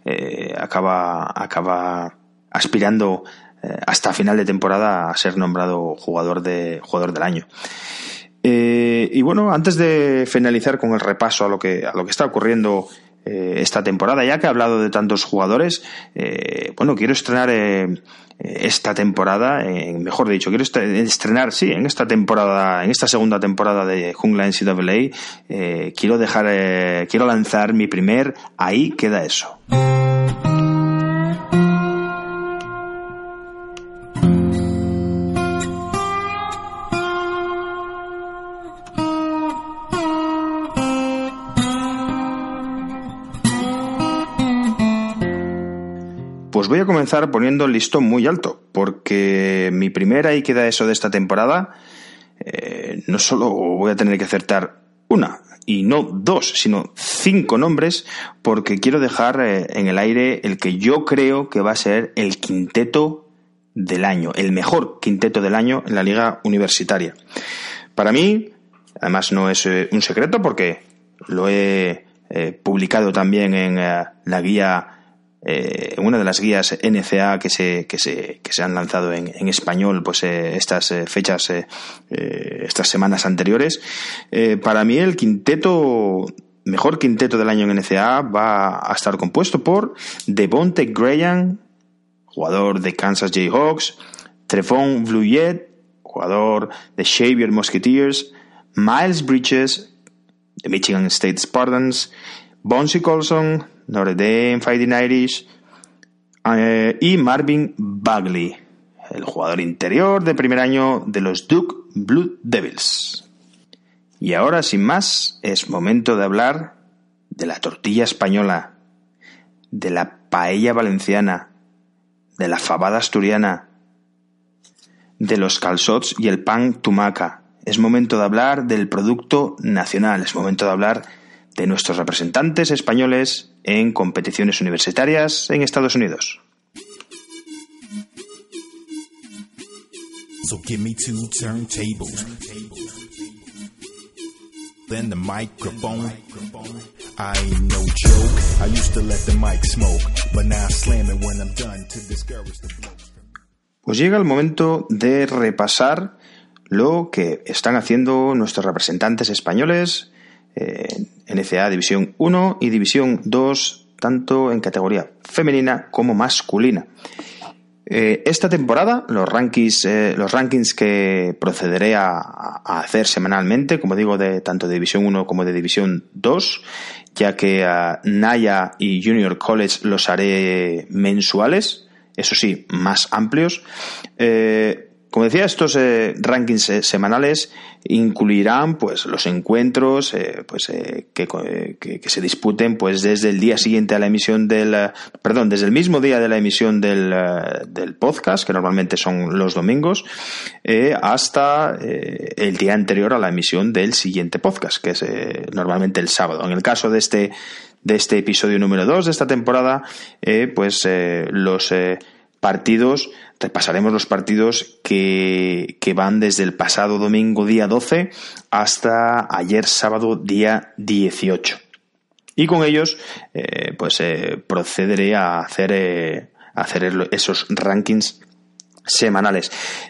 acaba aspirando hasta final de temporada a ser nombrado jugador del año. Y bueno, antes de finalizar con el repaso a lo que está ocurriendo esta temporada, ya que he hablado de tantos jugadores, quiero estrenar esta temporada, mejor dicho, quiero estrenar, sí, en esta temporada, en esta segunda temporada de Jungla NCAA, quiero lanzar mi primer Ahí queda eso. Pues voy a comenzar poniendo el listón muy alto, porque mi primera Ahí queda eso de esta temporada, no solo voy a tener que acertar una, y no 2, sino 5 nombres, porque quiero dejar en el aire el que yo creo que va a ser el quinteto del año, el mejor quinteto del año en la liga universitaria. Para mí, además no es un secreto, porque lo he publicado también en la guía, una de las guías NCAA que se han lanzado en español, pues estas fechas, estas semanas anteriores. Para mí el mejor quinteto del año en NCAA va a estar compuesto por Devonte Graham, jugador de Kansas Jayhawks, Trevon Bluet, jugador de Xavier Musketeers, Miles Bridges, de Michigan State Spartans, Bonsi Colson, Notre Dame Fighting Irish, y Marvin Bagley, el jugador interior de primer año de los Duke Blue Devils. Y ahora, sin más, es momento de hablar de la tortilla española, de la paella valenciana, de la fabada asturiana, de los calçots y el pan tumaca. Es momento de hablar del producto nacional, es momento de hablar de nuestros representantes españoles en competiciones universitarias en Estados Unidos. So give me 2 turntables, then the microphone. I ain't no joke. I used to let the mic smoke, but now I slam it when I'm done to discourage the blow. Pues llega el momento de repasar lo que están haciendo nuestros representantes españoles en NCAA División 1 y División 2, tanto en categoría femenina como masculina. Esta temporada los rankings que procederé a hacer semanalmente, como digo, de tanto de División 1 como de División 2, ya que Naya y Junior College los haré mensuales, eso sí, más amplios. Como decía, estos rankings semanales incluirán pues los encuentros que se disputen pues desde el día siguiente a la emisión desde el mismo día de la emisión del podcast, que normalmente son los domingos, hasta el día anterior a la emisión del siguiente podcast, que es normalmente el sábado. En el caso de este episodio número 2 de esta temporada, repasaremos los partidos que van desde el pasado domingo día 12 hasta ayer sábado día 18. Y con ellos procederé a hacer esos rankings semanales.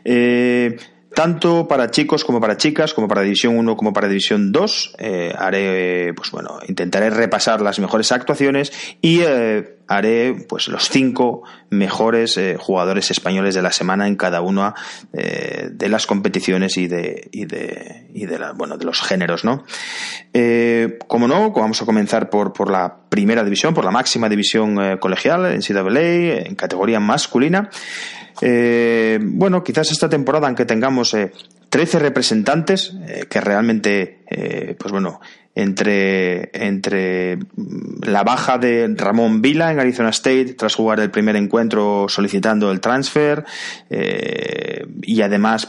Tanto para chicos como para chicas, como para División 1 como para División 2, intentaré repasar las mejores actuaciones y haré pues los 5 mejores jugadores españoles de la semana en cada una de las competiciones y de los géneros, ¿no? Como no, vamos a comenzar por la primera división, por la máxima división colegial en NCAA, en categoría masculina. Quizás esta temporada, aunque tengamos 13 representantes, que realmente, entre la baja de Ramón Vila en Arizona State tras jugar el primer encuentro solicitando el transfer, y además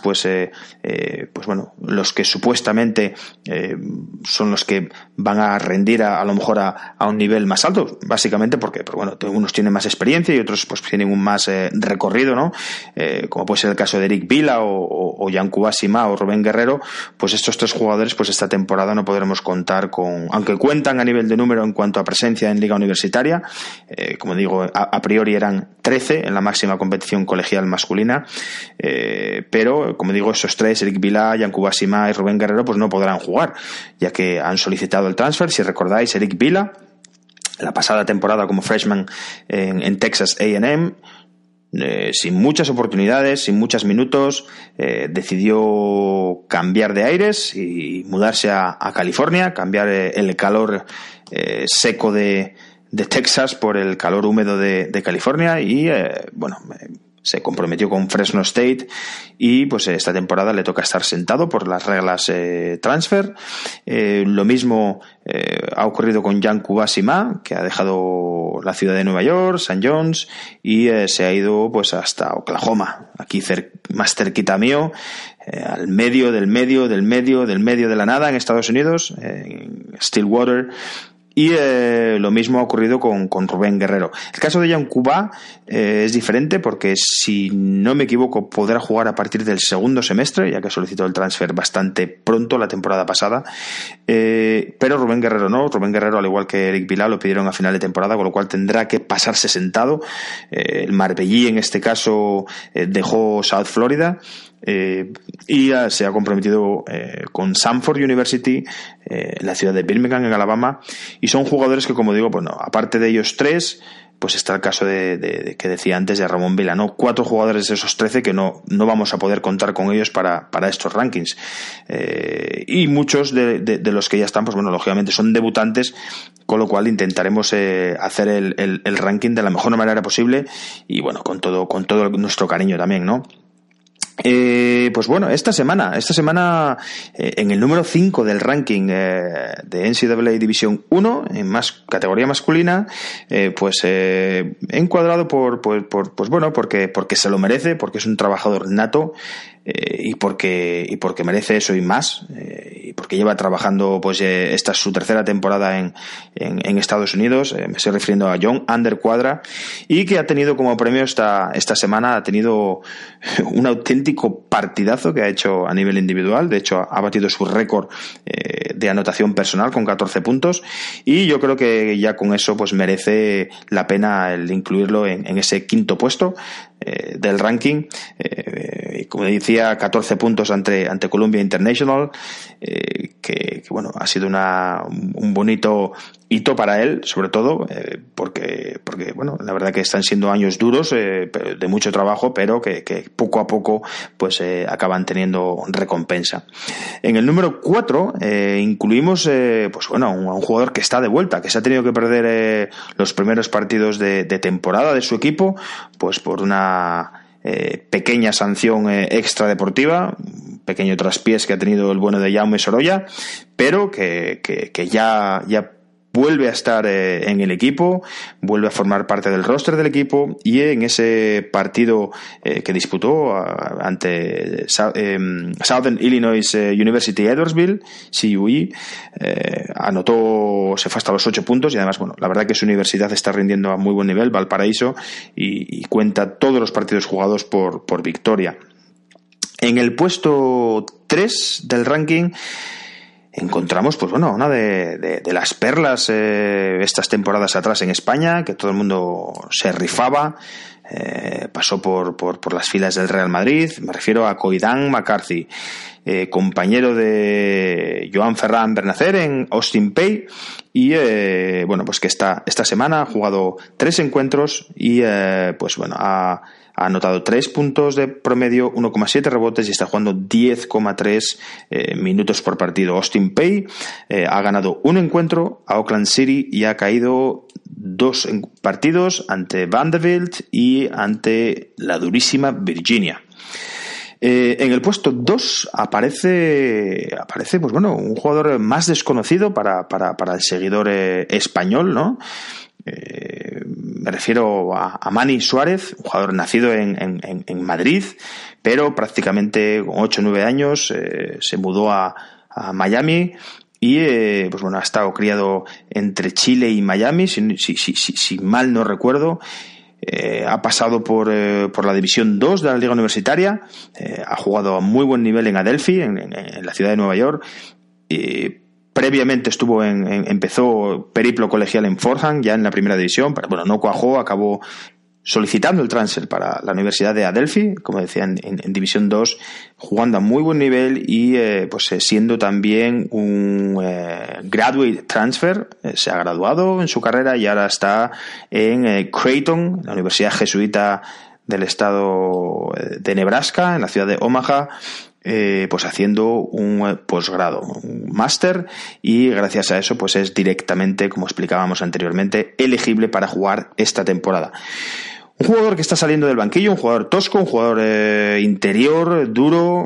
los que supuestamente son los que van a rendir a lo mejor a un nivel más alto, básicamente porque unos tienen más experiencia y otros pues tienen un más recorrido, ¿no? Como puede ser el caso de Eric Vila o Yankuba Sima o Rubén Guerrero. Pues estos 3 jugadores pues esta temporada no podremos contar con, aunque cuentan a nivel de número en cuanto a presencia en liga universitaria, como digo, a priori eran 13 en la máxima competición colegial masculina, pero como digo, esos 3, Eric Vila, Yankuba Sima y Rubén Guerrero, pues no podrán jugar, ya que han solicitado el transfer. Si recordáis, Eric Vila, la pasada temporada como freshman en Texas A&M, sin muchas oportunidades, sin muchos minutos, decidió cambiar de aires y mudarse a California, cambiar el calor seco de Texas por el calor húmedo de California y se comprometió con Fresno State y pues esta temporada le toca estar sentado por las reglas transfer. Lo mismo ha ocurrido con Yankuba Sima, que ha dejado la ciudad de Nueva York, St. John's, y se ha ido pues hasta Oklahoma, aquí más cerquita mío, al medio del medio de la nada en Estados Unidos, en Stillwater. Y lo mismo ha ocurrido con Rubén Guerrero. El caso de Yankuba es diferente porque, si no me equivoco, podrá jugar a partir del segundo semestre, ya que solicitó el transfer bastante pronto la temporada pasada. Pero Rubén Guerrero no. Rubén Guerrero, al igual que Eric Vila, lo pidieron a final de temporada, con lo cual tendrá que pasarse sentado. El Marbellí, en este caso, dejó South Florida. Y se ha comprometido con Samford University, la ciudad de Birmingham, en Alabama, y son jugadores que, como digo, aparte de ellos 3, pues está el caso de que decía antes de Ramón Vila, ¿no? 4 jugadores de esos 13 que no vamos a poder contar con ellos para estos rankings, y muchos de los que ya están, pues lógicamente son debutantes, con lo cual intentaremos hacer el ranking de la mejor manera posible y con todo nuestro cariño también, ¿no? Esta semana en el número 5 del ranking de NCAA División 1 en categoría masculina, encuadrado porque se lo merece, porque es un trabajador nato, y porque merece eso y más, y porque lleva trabajando, esta es su tercera temporada en Estados Unidos. Me estoy refiriendo a John Ander Cuadra, y que ha tenido como premio esta semana, ha tenido un auténtico partidazo que ha hecho a nivel individual. De hecho, ha batido su récord de anotación personal con 14 puntos, y yo creo que ya con eso pues merece la pena el incluirlo en ese 5º puesto del ranking. Como decía, 14 puntos ante Columbia International, que ha sido un bonito hito para él, sobre todo porque la verdad que están siendo años duros, de mucho trabajo, pero que poco a poco pues acaban teniendo recompensa. En el número 4 incluimos a un jugador que está de vuelta, que se ha tenido que perder los primeros partidos de temporada de su equipo, pues por una pequeña sanción extradeportiva, un pequeño traspiés que ha tenido el bueno de Jaume Sorolla, pero que ya vuelve a estar en el equipo, vuelve a formar parte del roster del equipo, y en ese partido que disputó ante Southern Illinois University Edwardsville, CUE, se fue hasta los 8 puntos, y además, la verdad que su universidad está rindiendo a muy buen nivel, Valparaíso, y cuenta todos los partidos jugados por victoria. En el puesto 3 del ranking encontramos, pues bueno, una de las perlas estas temporadas atrás en España, que todo el mundo se rifaba. Pasó por las filas del Real Madrid. Me refiero a Koidan McCarthy, compañero de Joan Ferran Bernacer en Austin Peay, y bueno, pues que esta semana ha jugado 3 encuentros y pues bueno, ha anotado 3 puntos de promedio, 1,7 rebotes y está jugando 10,3 minutos por partido. Austin Peay ha ganado un encuentro a Oakland City y ha caído 2 partidos ante Vanderbilt y ante la durísima Virginia. En el puesto 2 aparece pues bueno, un jugador más desconocido para el seguidor español, ¿no? Me refiero a Manny Suárez, un jugador nacido en Madrid, pero prácticamente con 8 o 9 años se mudó a Miami y pues bueno, ha estado criado entre Chile y Miami, si mal no recuerdo. Ha pasado por la División 2 de la Liga Universitaria, ha jugado a muy buen nivel en Adelphi, en la ciudad de Nueva York. Previamente empezó periplo colegial en Fordham, ya en la primera división, pero bueno, no cuajó, acabó solicitando el transfer para la Universidad de Adelphi, como decía, en División 2, jugando a muy buen nivel y pues siendo también un graduate transfer. Se ha graduado en su carrera y ahora está en Creighton, la Universidad Jesuita del estado de Nebraska, en la ciudad de Omaha, pues haciendo un posgrado, un máster, y gracias a eso pues es directamente, como explicábamos anteriormente, elegible para jugar esta temporada. Un jugador que está saliendo del banquillo, un jugador tosco, un jugador interior, duro,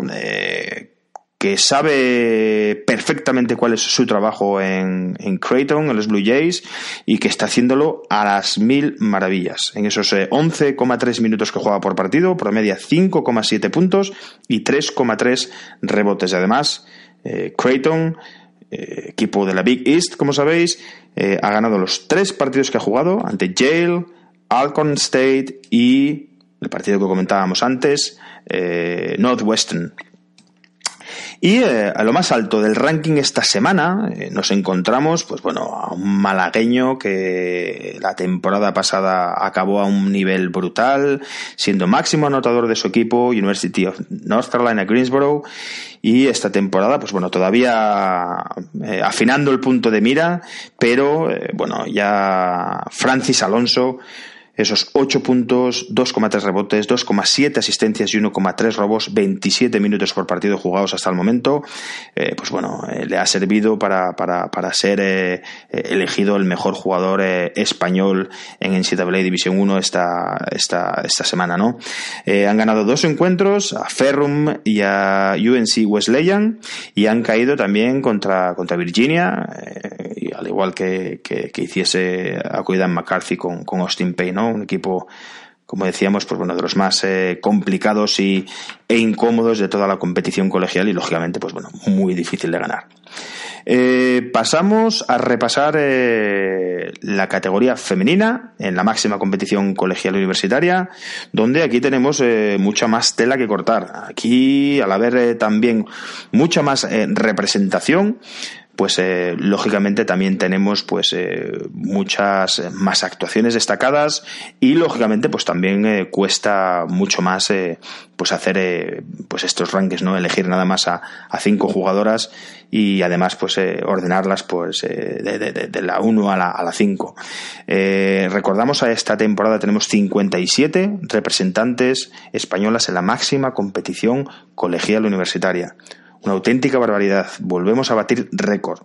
que sabe perfectamente cuál es su trabajo en Creighton, en los Blue Jays, y que está haciéndolo a las 1000 maravillas. En esos 11,3 minutos que juega por partido, promedia 5,7 puntos y 3,3 rebotes. Además, Creighton, equipo de la Big East, como sabéis, ha ganado los 3 partidos que ha jugado ante Yale, Alcorn State y el partido que comentábamos antes, Northwestern. Y a lo más alto del ranking esta semana nos encontramos, pues bueno, a un malagueño que la temporada pasada acabó a un nivel brutal, siendo máximo anotador de su equipo, University of North Carolina Greensboro, y esta temporada, pues bueno, todavía afinando el punto de mira, pero bueno, ya Francis Alonso, esos 8 puntos, 2,3 rebotes, 2,7 asistencias y 1,3 robos, 27 minutos por partido jugados hasta el momento, pues bueno, le ha servido para ser elegido el mejor jugador español en NCAA División 1 esta semana, ¿no? Han ganado 2 encuentros, a Ferrum y a UNC Wesleyan, y han caído también contra Virginia, y al igual que hiciese a Koidan McCarthy con Austin Peay, ¿no? Un equipo, como decíamos, pues bueno, de los más complicados e incómodos de toda la competición colegial y lógicamente, pues bueno, muy difícil de ganar. Pasamos a repasar la categoría femenina en la máxima competición colegial universitaria, donde aquí tenemos mucha más tela que cortar. Aquí, al haber también mucha más representación, pues lógicamente también tenemos pues muchas más actuaciones destacadas y lógicamente pues también cuesta mucho más pues hacer pues estos rankings, ¿no? Elegir nada más a 5 jugadoras y además pues ordenarlas pues de la 1 a la 5. Recordamos, a esta temporada tenemos 57 representantes españolas en la máxima competición colegial universitaria. Una auténtica barbaridad. Volvemos a batir récord.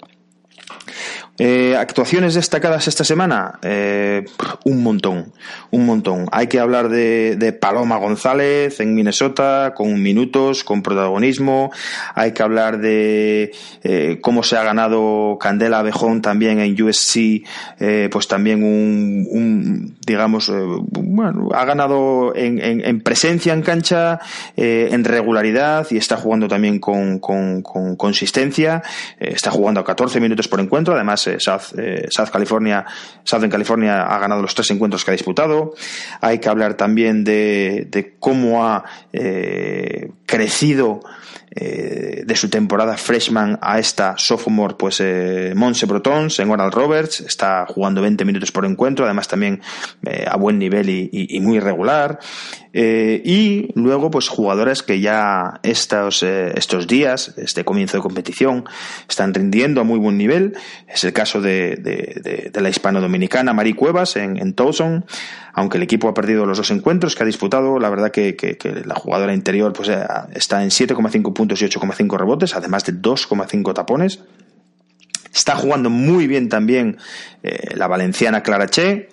Actuaciones destacadas esta semana, un montón. Hay que hablar de Paloma González en Minnesota, con minutos, con protagonismo. Hay que hablar de cómo se ha ganado Candela Abejón también en USC, pues también digamos, bueno, ha ganado en presencia en cancha, en regularidad, y está jugando también con consistencia. Está jugando a 14 minutos por encuentro. Además, Southern California ha ganado los 3 encuentros que ha disputado. Hay que hablar también de cómo ha crecido de su temporada freshman a esta sophomore, pues Montse Brotons en Oral Roberts, está jugando 20 minutos por encuentro, además también a buen nivel y muy regular. Y luego pues jugadoras que ya estos días, este comienzo de competición, están rindiendo a muy buen nivel. Es el caso de la hispano-dominicana Mari Cuevas en Towson. Aunque el equipo ha perdido los 2 encuentros que ha disputado, la verdad que la jugadora interior pues está en 7,5 puntos y 8,5 rebotes, además de 2,5 tapones. Está jugando muy bien también la valenciana Clara Che,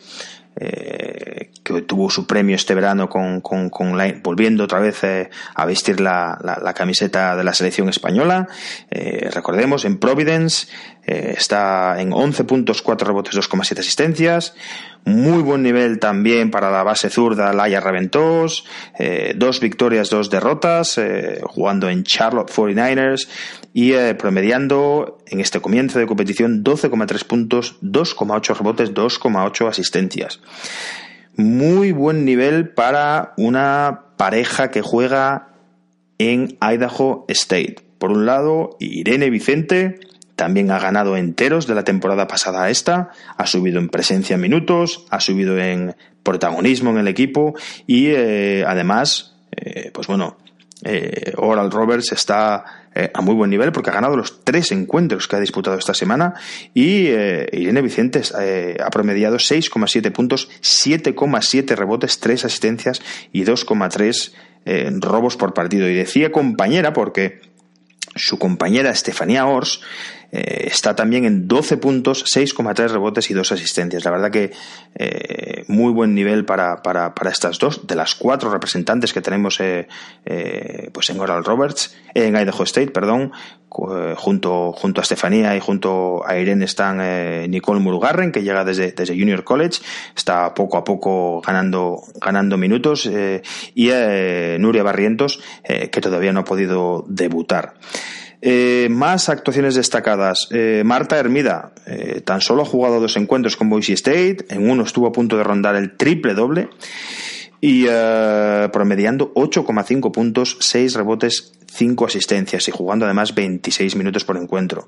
que tuvo su premio este verano volviendo otra vez a vestir la camiseta de la selección española. Recordemos, en Providence está en 11 puntos, 4 rebotes, 2,7 asistencias. Muy buen nivel también para la base zurda Laia Raventós, 2 victorias, 2 derrotas, jugando en Charlotte 49ers y promediando en este comienzo de competición 12,3 puntos, 2,8 rebotes, 2,8 asistencias. Muy buen nivel para una pareja que juega en Idaho State. Por un lado, Irene Vicente también ha ganado enteros de la temporada pasada a esta, ha subido en presencia en minutos, ha subido en protagonismo en el equipo y además, pues bueno, Oral Roberts está a muy buen nivel porque ha ganado los 3 encuentros que ha disputado esta semana y Irene Vicente ha promediado 6,7 puntos, 7,7 rebotes, 3 asistencias y 2,3 robos por partido. Y decía compañera porque su compañera Estefanía Ors está también en 12 puntos, 6,3 rebotes y 2 asistencias. La verdad que muy buen nivel para estas dos, de las 4 representantes que tenemos pues en Oral Roberts, en Idaho State, perdón. Junto a Estefanía y junto a Irene están Nicole Murugarren, que llega desde Junior College, está poco a poco ganando minutos, y Nuria Barrientos, que todavía no ha podido debutar. Más actuaciones destacadas. Marta Hermida tan solo ha jugado 2 encuentros con Boise State, en uno estuvo a punto de rondar el triple doble y promediando 8,5 puntos, 6 rebotes, 5 asistencias y jugando además 26 minutos por encuentro.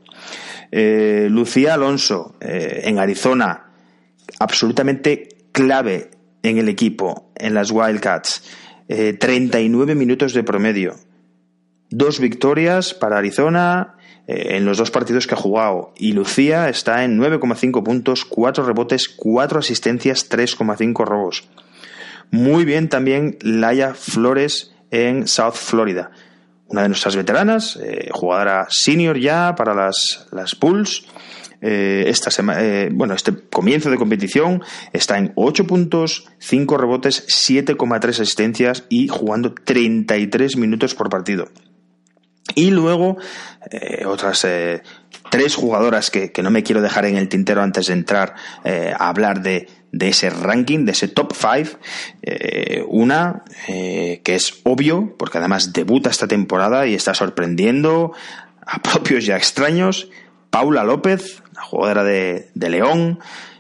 Lucía Alonso en Arizona, absolutamente clave en el equipo, en las Wildcats, 39 minutos de promedio, 2 victorias para Arizona en los 2 partidos que ha jugado, y Lucía está en 9,5 puntos, 4 rebotes, 4 asistencias, 3,5 robos. Muy bien también Laia Flores en South Florida, una de nuestras veteranas, jugadora senior ya para las Bulls. Este comienzo de competición está en 8 puntos, 5 rebotes, 7,3 asistencias y jugando 33 minutos por partido. Y luego otras 3 jugadoras que no me quiero dejar en el tintero antes de entrar a hablar de ese ranking, de ese top 5. Una que es obvio, porque además debuta esta temporada y está sorprendiendo a propios y a extraños, Paula López, la jugadora de León,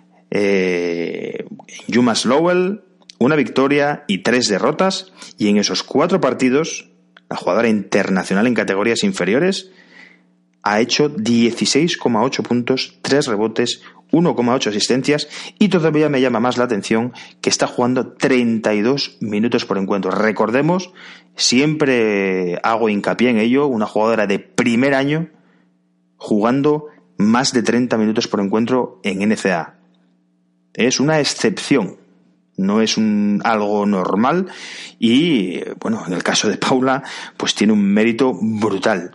UMass Lowell, 1 victoria y 3 derrotas, y en esos 4 partidos la jugadora internacional en categorías inferiores ha hecho 16,8 puntos, 3 rebotes, 1,8 asistencias, y todavía me llama más la atención que está jugando 32 minutos por encuentro. Recordemos, siempre hago hincapié en ello, una jugadora de primer año jugando más de 30 minutos por encuentro en NCAA. Es una excepción, no es algo normal, y bueno, en el caso de Paula pues tiene un mérito brutal.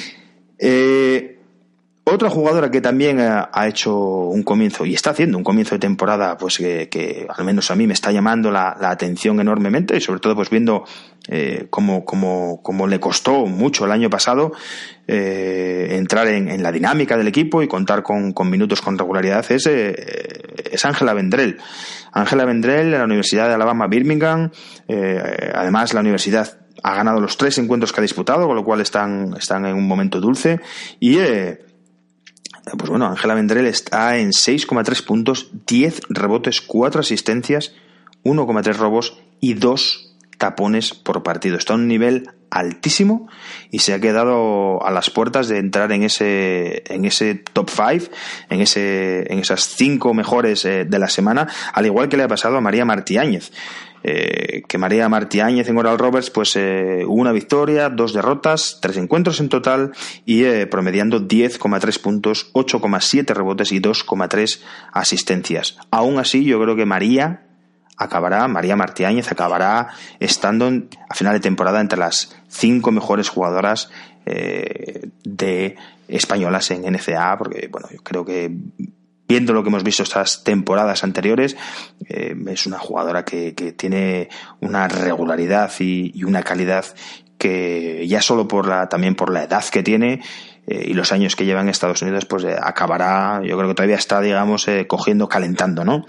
Otra jugadora que también ha hecho un comienzo y está haciendo un comienzo de temporada pues que al menos a mí me está llamando la atención enormemente, y sobre todo pues viendo cómo le costó mucho el año pasado entrar en la dinámica del equipo y contar con minutos con regularidad, es Ángela Vendrell. Ángela Vendrell de la Universidad de Alabama Birmingham. Además la universidad ha ganado los 3 encuentros que ha disputado, con lo cual están en un momento dulce, y pues bueno, Ángela Vendrell está en 6,3 puntos, 10 rebotes, 4 asistencias, 1,3 robos y 2 tapones por partido. Está a un nivel altísimo y se ha quedado a las puertas de entrar en ese top 5, en esas 5 mejores de la semana, al igual que le ha pasado a María Martí Áñez. Que María Martí Áñez en Oral Roberts pues una victoria, 2 derrotas, 3 encuentros en total y promediando 10,3 puntos, 8,7 rebotes y 2,3 asistencias. Aún así yo creo que María Martí Áñez acabará estando a final de temporada entre las 5 mejores jugadoras de españolas en NCAA, porque bueno, yo creo que viendo lo que hemos visto estas temporadas anteriores, es una jugadora que tiene una regularidad y una calidad que ya solo también por la edad que tiene y los años que lleva en Estados Unidos, pues acabará, yo creo que todavía está, digamos, calentando, ¿no?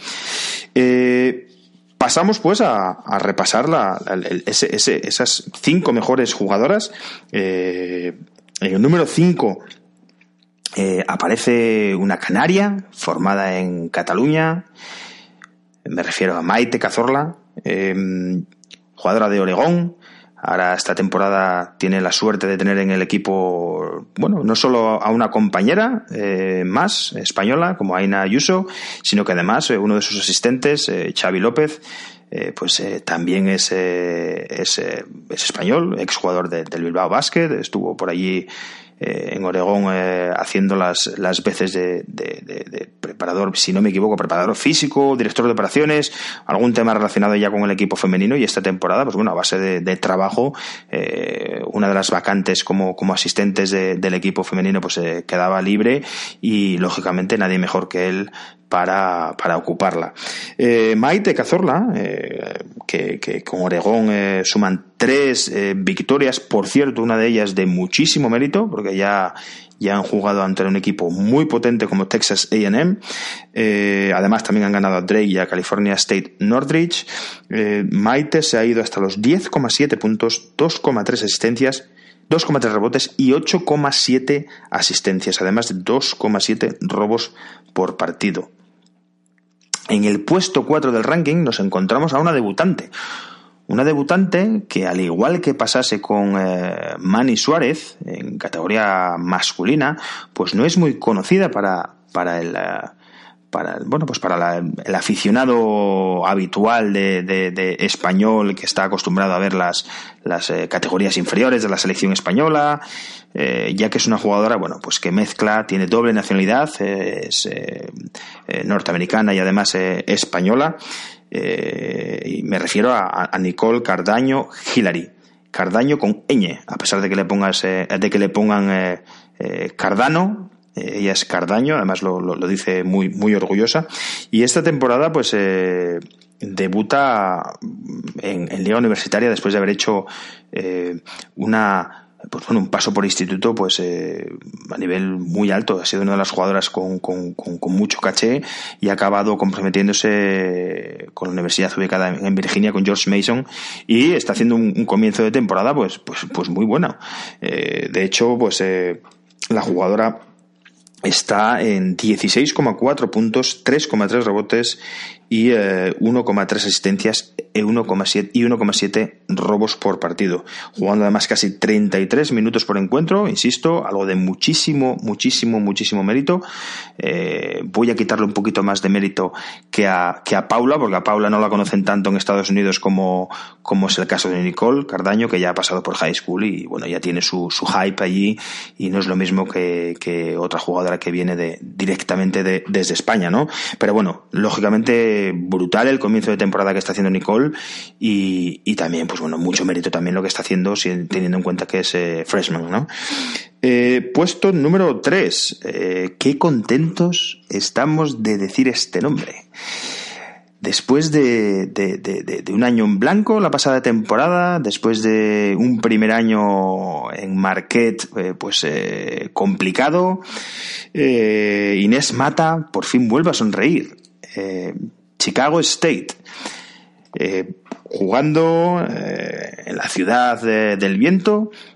Pasamos pues a repasar esas 5 mejores jugadoras. En el número 5 aparece una canaria formada en Cataluña. Me refiero a Maite Cazorla, jugadora de Oregón. Ahora esta temporada tiene la suerte de tener en el equipo, bueno, no solo a una compañera más española como Aina Ayuso, sino que además uno de sus asistentes, Xavi López, también es español, exjugador del Bilbao Basket, estuvo por allí en Oregón haciendo las veces de preparador, si no me equivoco, preparador físico, director de operaciones, algún tema relacionado ya con el equipo femenino, y esta temporada, pues bueno, a base de trabajo, una de las vacantes como asistentes del equipo femenino pues quedaba libre y lógicamente nadie mejor que él para ocuparla. Maite Cazorla, que con Oregón suman 3 victorias, por cierto, una de ellas de muchísimo mérito, porque ya han jugado ante un equipo muy potente como Texas A&M. Además también han ganado a Drake y a California State Northridge. Maite se ha ido hasta los 10,7 puntos, 2,3 asistencias, 2,3 rebotes y 8,7 asistencias, además de 2,7 robos por partido. En el puesto 4 del ranking nos encontramos a una debutante que, al igual que pasase con Manny Suárez en categoría masculina, pues no es muy conocida para el aficionado habitual de español que está acostumbrado a ver las categorías inferiores de la selección española, ya que es una jugadora, bueno, pues que mezcla, tiene doble nacionalidad, es norteamericana y además española, y me refiero a Nicole Cardaño Hillary. Cardaño con ñ, a pesar de que le pongan Cardano. Ella es Cardaño, además lo dice muy, muy orgullosa. Y esta temporada pues debuta en Liga Universitaria después de haber hecho un paso por instituto pues a nivel muy alto. Ha sido una de las jugadoras con mucho caché y ha acabado comprometiéndose con la universidad ubicada en Virginia, con George Mason, y está haciendo un comienzo de temporada pues muy bueno. De hecho, pues la jugadora está en 16,4 puntos, 3,3 rebotes y 1,3 asistencias y 1,7 robos por partido, jugando además casi 33 minutos por encuentro, insisto, algo de muchísimo mérito. Voy a quitarle un poquito más de mérito que a Paula, porque a Paula no la conocen tanto en Estados Unidos como es el caso de Nicole Cardaño, que ya ha pasado por high school y bueno, ya tiene su hype allí, y no es lo mismo que otra jugadora que viene directamente desde España, ¿no? Pero bueno, lógicamente brutal el comienzo de temporada que está haciendo Nicole, y también, pues bueno, mucho mérito también lo que está haciendo, teniendo en cuenta que es freshman, ¿no? Puesto número 3. Qué contentos estamos de decir este nombre. Después de un año en blanco la pasada temporada, después de un primer año en Marquette complicado, Inés Mata por fin vuelve a sonreír. Chicago State, jugando en la ciudad del viento,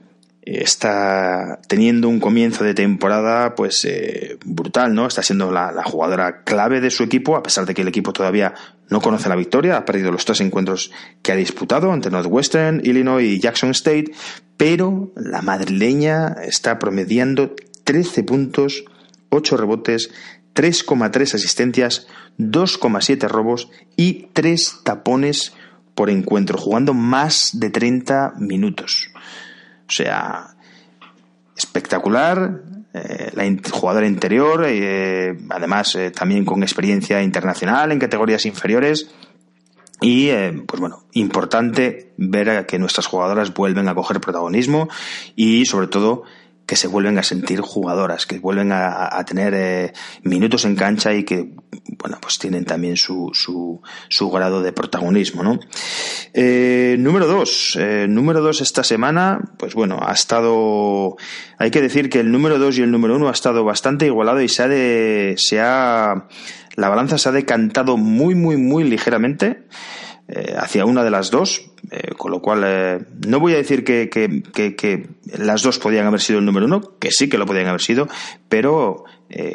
está teniendo un comienzo de temporada pues brutal, ¿no? Está siendo la jugadora clave de su equipo, a pesar de que el equipo todavía no conoce la victoria, ha perdido los 3 encuentros que ha disputado ante Northwestern, Illinois y Jackson State, pero la madrileña está promediando 13 puntos, 8 rebotes, 3,3 asistencias, 2,7 robos y 3 tapones por encuentro, jugando más de 30 minutos. O sea, espectacular, la jugadora interior, además también con experiencia internacional en categorías inferiores. Y, pues bueno, importante ver que nuestras jugadoras vuelven a coger protagonismo y, sobre todo, que se vuelven a sentir jugadoras, que vuelven a tener minutos en cancha y que, bueno, pues tienen también su grado de protagonismo, ¿no? Número 2 esta semana, pues bueno, hay que decir que el número 2 y el número 1 ha estado bastante igualado y la balanza se ha decantado muy, muy, muy ligeramente hacia una de las dos, con lo cual no voy a decir que las dos podían haber sido el número 1, que sí que lo podían haber sido, pero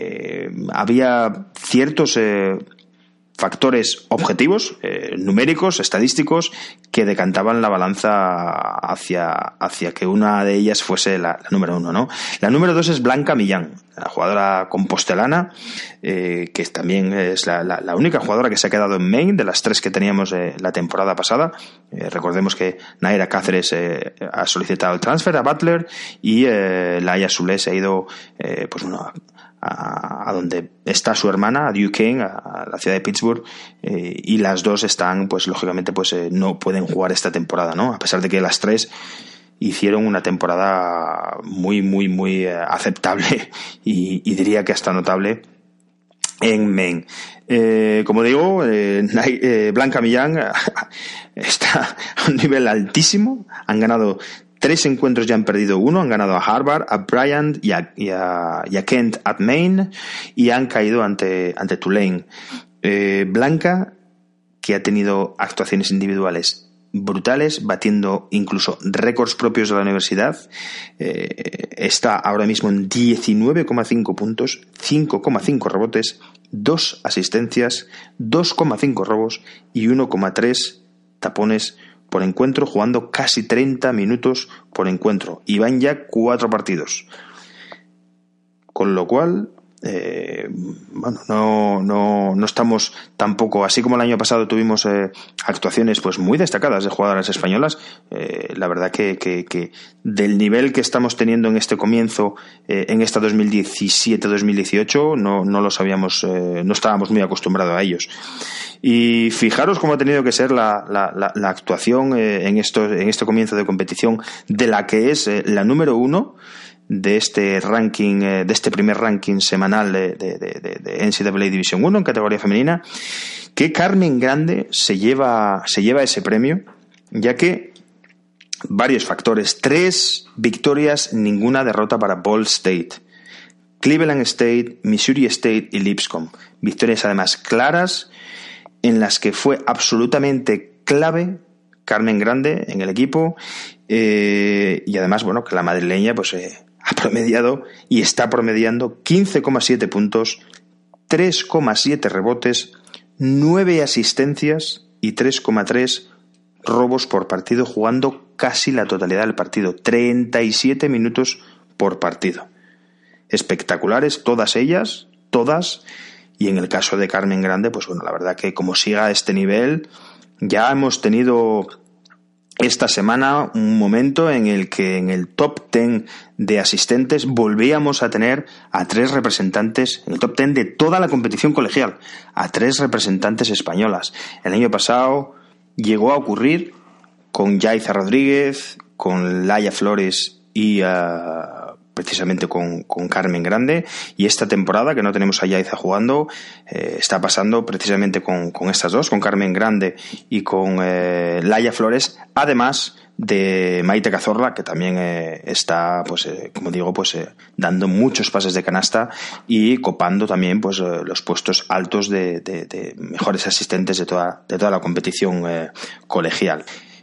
había ciertos factores objetivos, numéricos, estadísticos, que decantaban la balanza hacia que una de ellas fuese la número 1, ¿no? La número 2 es Blanca Millán, la jugadora compostelana, que también es la única jugadora que se ha quedado en Maine de las 3 que teníamos la temporada pasada. Recordemos que Naira Cáceres ha solicitado el transfer a Butler y Laia Soule se ha ido pues bueno, a donde está su hermana, a Duquesne, a la ciudad de Pittsburgh, y las dos están, pues lógicamente, pues no pueden jugar esta temporada, ¿no? A pesar de que las 3 hicieron una temporada muy, muy, muy aceptable y diría que hasta notable en Maine. Como digo, Blanca Millán está a un nivel altísimo. Han ganado 3 encuentros, ya han perdido 1, han ganado a Harvard, a Bryant y a Kent at Maine, y han caído ante Tulane. Blanca, que ha tenido actuaciones individuales brutales, batiendo incluso récords propios de la universidad, está ahora mismo en 19,5 puntos, 5,5 rebotes, 2 asistencias, 2,5 robos y 1,3 tapones por encuentro, jugando casi 30 minutos por encuentro, y van ya 4 partidos, con lo cual bueno, no estamos tampoco, así como el año pasado tuvimos actuaciones pues muy destacadas de jugadoras españolas. La verdad que del nivel que estamos teniendo en este comienzo, en esta 2017-2018, no lo sabíamos, no estábamos muy acostumbrados a ellos. Y fijaros cómo ha tenido que ser la actuación en este comienzo de competición de la que es la número 1 de este ranking, de este primer ranking semanal de NCAA División 1 en categoría femenina, que Carmen Grande se lleva ese premio, ya que varios factores: 3 victorias, ninguna derrota para Ball State, Cleveland State, Missouri State y Lipscomb. Victorias además claras, en las que fue absolutamente clave Carmen Grande en el equipo, y además, bueno, que la madrileña pues ha promediado y está promediando 15,7 puntos, 3,7 rebotes, 9 asistencias y 3,3 robos por partido, jugando casi la totalidad del partido, 37 minutos por partido. Espectaculares todas ellas, todas. Y en el caso de Carmen Grande, pues bueno, la verdad que como siga a este nivel, ya hemos tenido esta semana un momento en el que en el top 10 de asistentes volvíamos a tener a 3 representantes, en el top 10 de toda la competición colegial, a 3 representantes españolas. El año pasado llegó a ocurrir con Yaiza Rodríguez, con Laia Flores y precisamente con Carmen Grande, y esta temporada que no tenemos a Yaiza jugando, está pasando precisamente con estas dos, con Carmen Grande y con Laia Flores, además de Maite Cazorla, que también está, pues como digo, pues dando muchos pases de canasta y copando también pues los puestos altos de mejores asistentes de toda la competición colegial.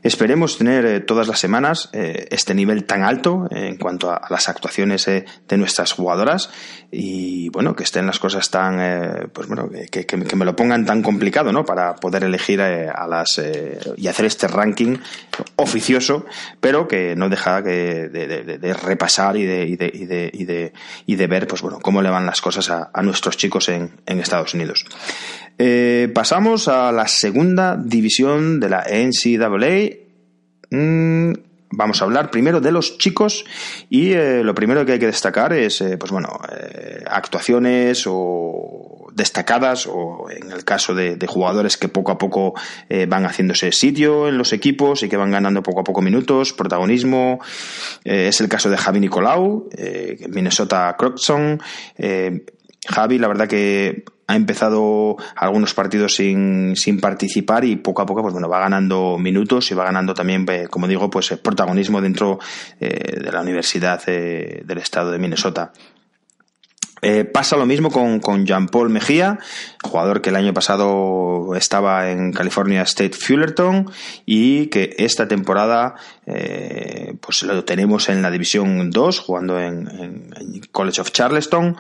Esperemos tener todas las semanas este nivel tan alto en cuanto a las actuaciones de nuestras jugadoras y bueno, que estén las cosas tan pues bueno, que me lo pongan tan complicado, ¿no? Para poder elegir a las y hacer este ranking oficioso, pero que no deja de repasar y de ver pues bueno, cómo le van las cosas a nuestros chicos en Estados Unidos. Pasamos a la segunda división de la NCAA. Vamos a hablar primero de los chicos y lo primero que hay que destacar es pues bueno, actuaciones o destacadas, o en el caso de jugadores que poco a poco van haciéndose sitio en los equipos y que van ganando poco a poco minutos, protagonismo. Es el caso de Javi Nicolau, Minnesota Crookston. Javi, la verdad que ha empezado algunos partidos sin participar y poco a poco pues bueno, va ganando minutos y va ganando también, como digo, pues protagonismo dentro de la Universidad del estado de Minnesota. Pasa lo mismo con Jean-Paul Mejía, jugador que el año pasado estaba en California State Fullerton y que esta temporada pues lo tenemos en la División 2 jugando en College of Charleston.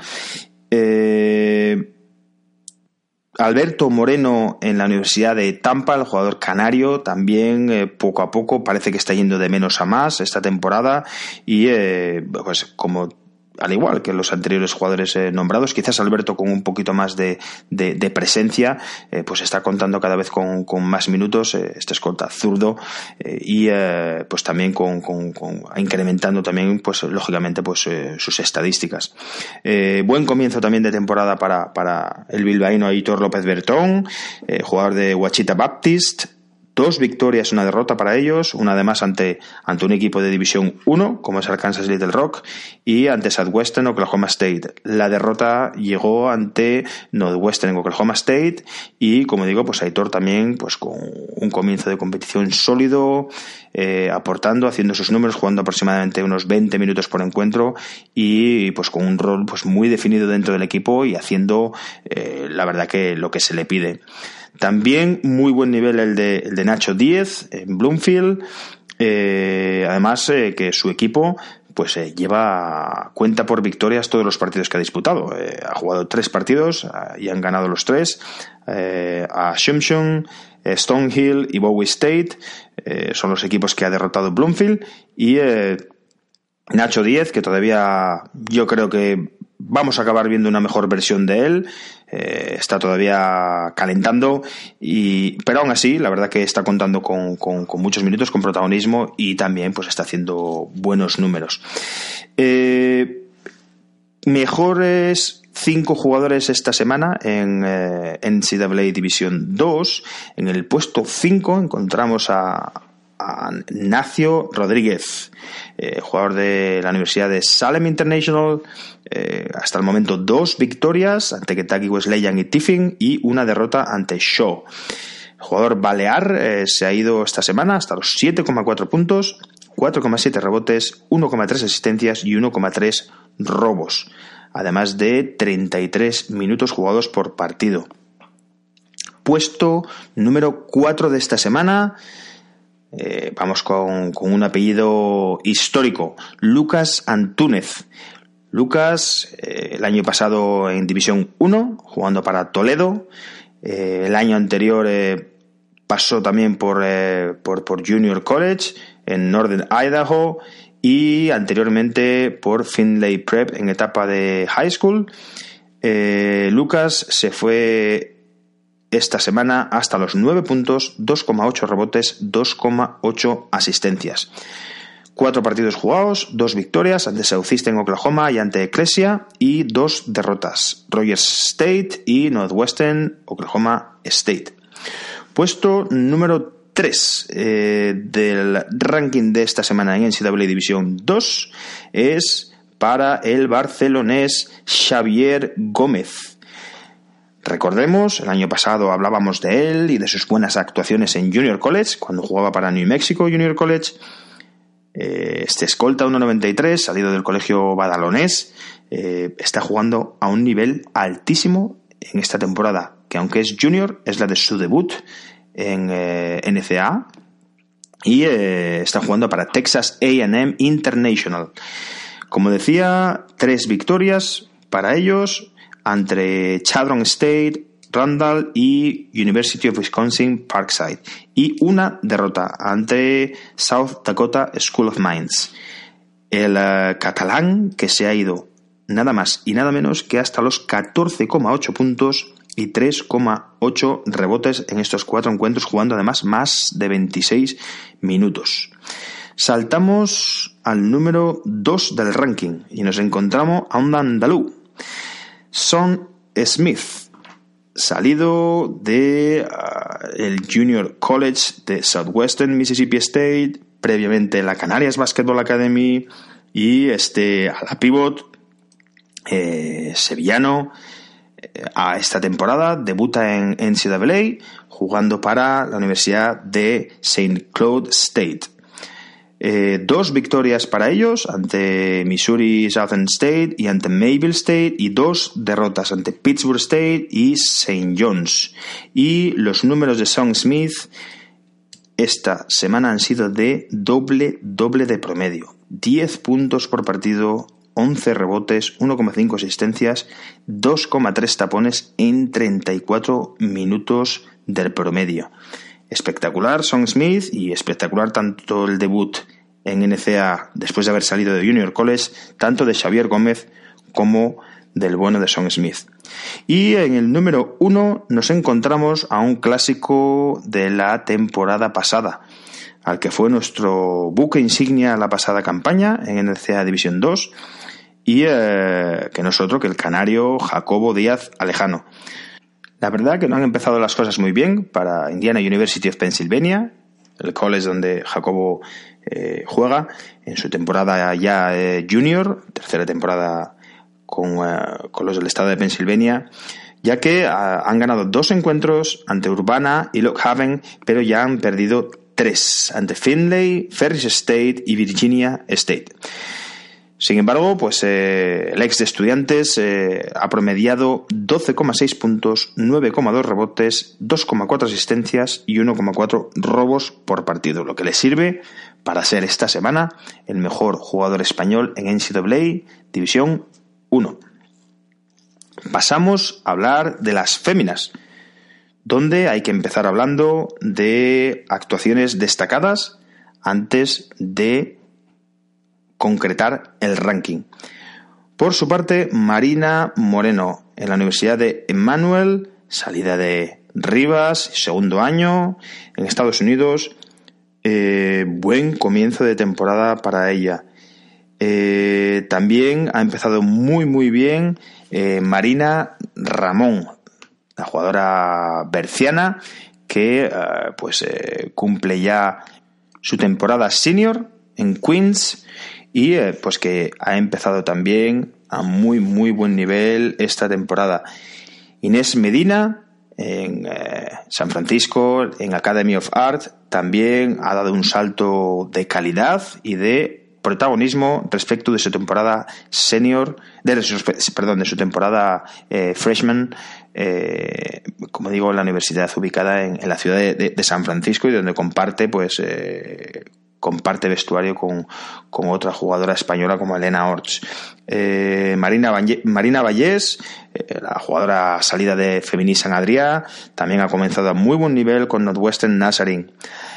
Alberto Moreno en la Universidad de Tampa, el jugador canario, también poco a poco parece que está yendo de menos a más esta temporada y pues como al igual que los anteriores jugadores nombrados, quizás Alberto con un poquito más de presencia, pues está contando cada vez con más minutos, este escolta zurdo, y pues también con incrementando también, pues lógicamente, pues sus estadísticas. Buen comienzo también de temporada para el bilbaíno Aitor López Bertón, jugador de Ouachita Baptist. 2 victorias, 1 derrota para ellos, una además ante un equipo de División 1, como es Arkansas Little Rock, y ante Southwestern Oklahoma State. La derrota llegó ante Northwestern Oklahoma State y, como digo, pues Aitor también pues con un comienzo de competición sólido, aportando, haciendo sus números, jugando aproximadamente unos 20 minutos por encuentro y pues con un rol pues muy definido dentro del equipo y haciendo la verdad que lo que se le pide. También muy buen nivel el de Nacho Díez en Bloomfield, además que su equipo pues cuenta por victorias todos los partidos que ha disputado. Ha jugado 3 partidos y han ganado los 3. A Shumshun, Stonehill y Bowie State son los equipos que ha derrotado Bloomfield, y Nacho Díez, que todavía yo creo que vamos a acabar viendo una mejor versión de él, está todavía calentando, pero aún así la verdad que está contando con muchos minutos, con protagonismo, y también pues está haciendo buenos números. Mejores 5 jugadores esta semana en NCAA División 2. En el puesto 5 encontramos a Ignacio Rodríguez, jugador de la Universidad de Salem International. Hasta el momento 2 victorias ante Kentucky Wesleyan y Tiffin y 1 derrota ante Shaw. El jugador balear se ha ido esta semana hasta los 7,4 puntos, 4,7 rebotes, 1,3 asistencias y 1,3 robos, además de 33 minutos jugados por partido. Puesto número 4 de esta semana. Vamos con un apellido histórico, Lucas Antúnez. Lucas, el año pasado en División 1, jugando para Toledo. El año anterior pasó también por Junior College en Northern Idaho, y anteriormente por Findlay Prep en etapa de high school. Lucas se fue esta semana hasta los 9 puntos, 2,8 rebotes, 2,8 asistencias. 4 partidos jugados, 2 victorias ante Southeastern Oklahoma y ante Ecclesia, y 2 derrotas, Rogers State y Northwestern Oklahoma State. Puesto número 3 del ranking de esta semana en NCAA División 2 es para el barcelonés Xavier Gómez. Recordemos, el año pasado hablábamos de él y de sus buenas actuaciones en Junior College, cuando jugaba para New Mexico Junior College. Este escolta 1.93, salido del colegio badalonés, está jugando a un nivel altísimo en esta temporada, que aunque es junior, es la de su debut en NCAA, y está jugando para Texas A&M International. Como decía, 3 victorias para ellos ante Chadron State, Randall y University of Wisconsin Parkside, y 1 derrota ante South Dakota School of Mines. El catalán, que se ha ido nada más y nada menos que hasta los 14,8 puntos y 3,8 rebotes en estos 4 encuentros, jugando además más de 26 minutos. Saltamos al número 2 del ranking y nos encontramos a un andaluz, Son Smith, salido de el Junior College de Southwestern Mississippi State, previamente la Canarias Basketball Academy, y a la pivot sevillano. A esta temporada debuta en NCAA jugando para la Universidad de St. Cloud State. 2 victorias para ellos ante Missouri Southern State y ante Mayville State, y 2 derrotas ante Pittsburgh State y St. John's. Y los números de Son Smith esta semana han sido de doble de promedio: 10 puntos por partido, 11 rebotes, 1,5 asistencias, 2,3 tapones en 34 minutos del promedio. Espectacular Son Smith, y espectacular tanto el debut en NCAA después de haber salido de Junior College, tanto de Xavier Gómez como del bueno de Son Smith. Y en el número 1 nos encontramos a un clásico de la temporada pasada, al que fue nuestro buque insignia la pasada campaña en NCAA División 2, y que no es otro que el canario Jacobo Díaz Alejano. La verdad que no han empezado las cosas muy bien para Indiana University of Pennsylvania, el college donde Jacobo juega en su temporada ya junior, tercera temporada con los del estado de Pensilvania, ya que han ganado 2 encuentros ante Urbana y Lock Haven, pero ya han perdido 3 ante Findlay, Ferris State y Virginia State. Sin embargo, pues el ex de Estudiantes ha promediado 12,6 puntos, 9,2 rebotes, 2,4 asistencias y 1,4 robos por partido, lo que le sirve para ser esta semana el mejor jugador español en NCAA División 1. Pasamos a hablar de las féminas, donde hay que empezar hablando de actuaciones destacadas antes de concretar el ranking. Por su parte, Marina Moreno, en la Universidad de Emmanuel, salida de Rivas, segundo año en Estados Unidos. Buen comienzo de temporada para ella. También ha empezado muy bien Marina Ramón, la jugadora berciana que cumple ya su temporada senior en Queens, y pues que ha empezado también a muy buen nivel esta temporada. Inés Medina en San Francisco, en Academy of Art, también ha dado un salto de calidad y de protagonismo respecto de su temporada senior, de su temporada freshman, como digo, en la universidad ubicada en la ciudad de San Francisco, y donde comparte vestuario con otra jugadora española como Elena Orts. Marina Vallés, la jugadora salida de Femení San Adrià, también ha comenzado a muy buen nivel con Northwestern Nazarene.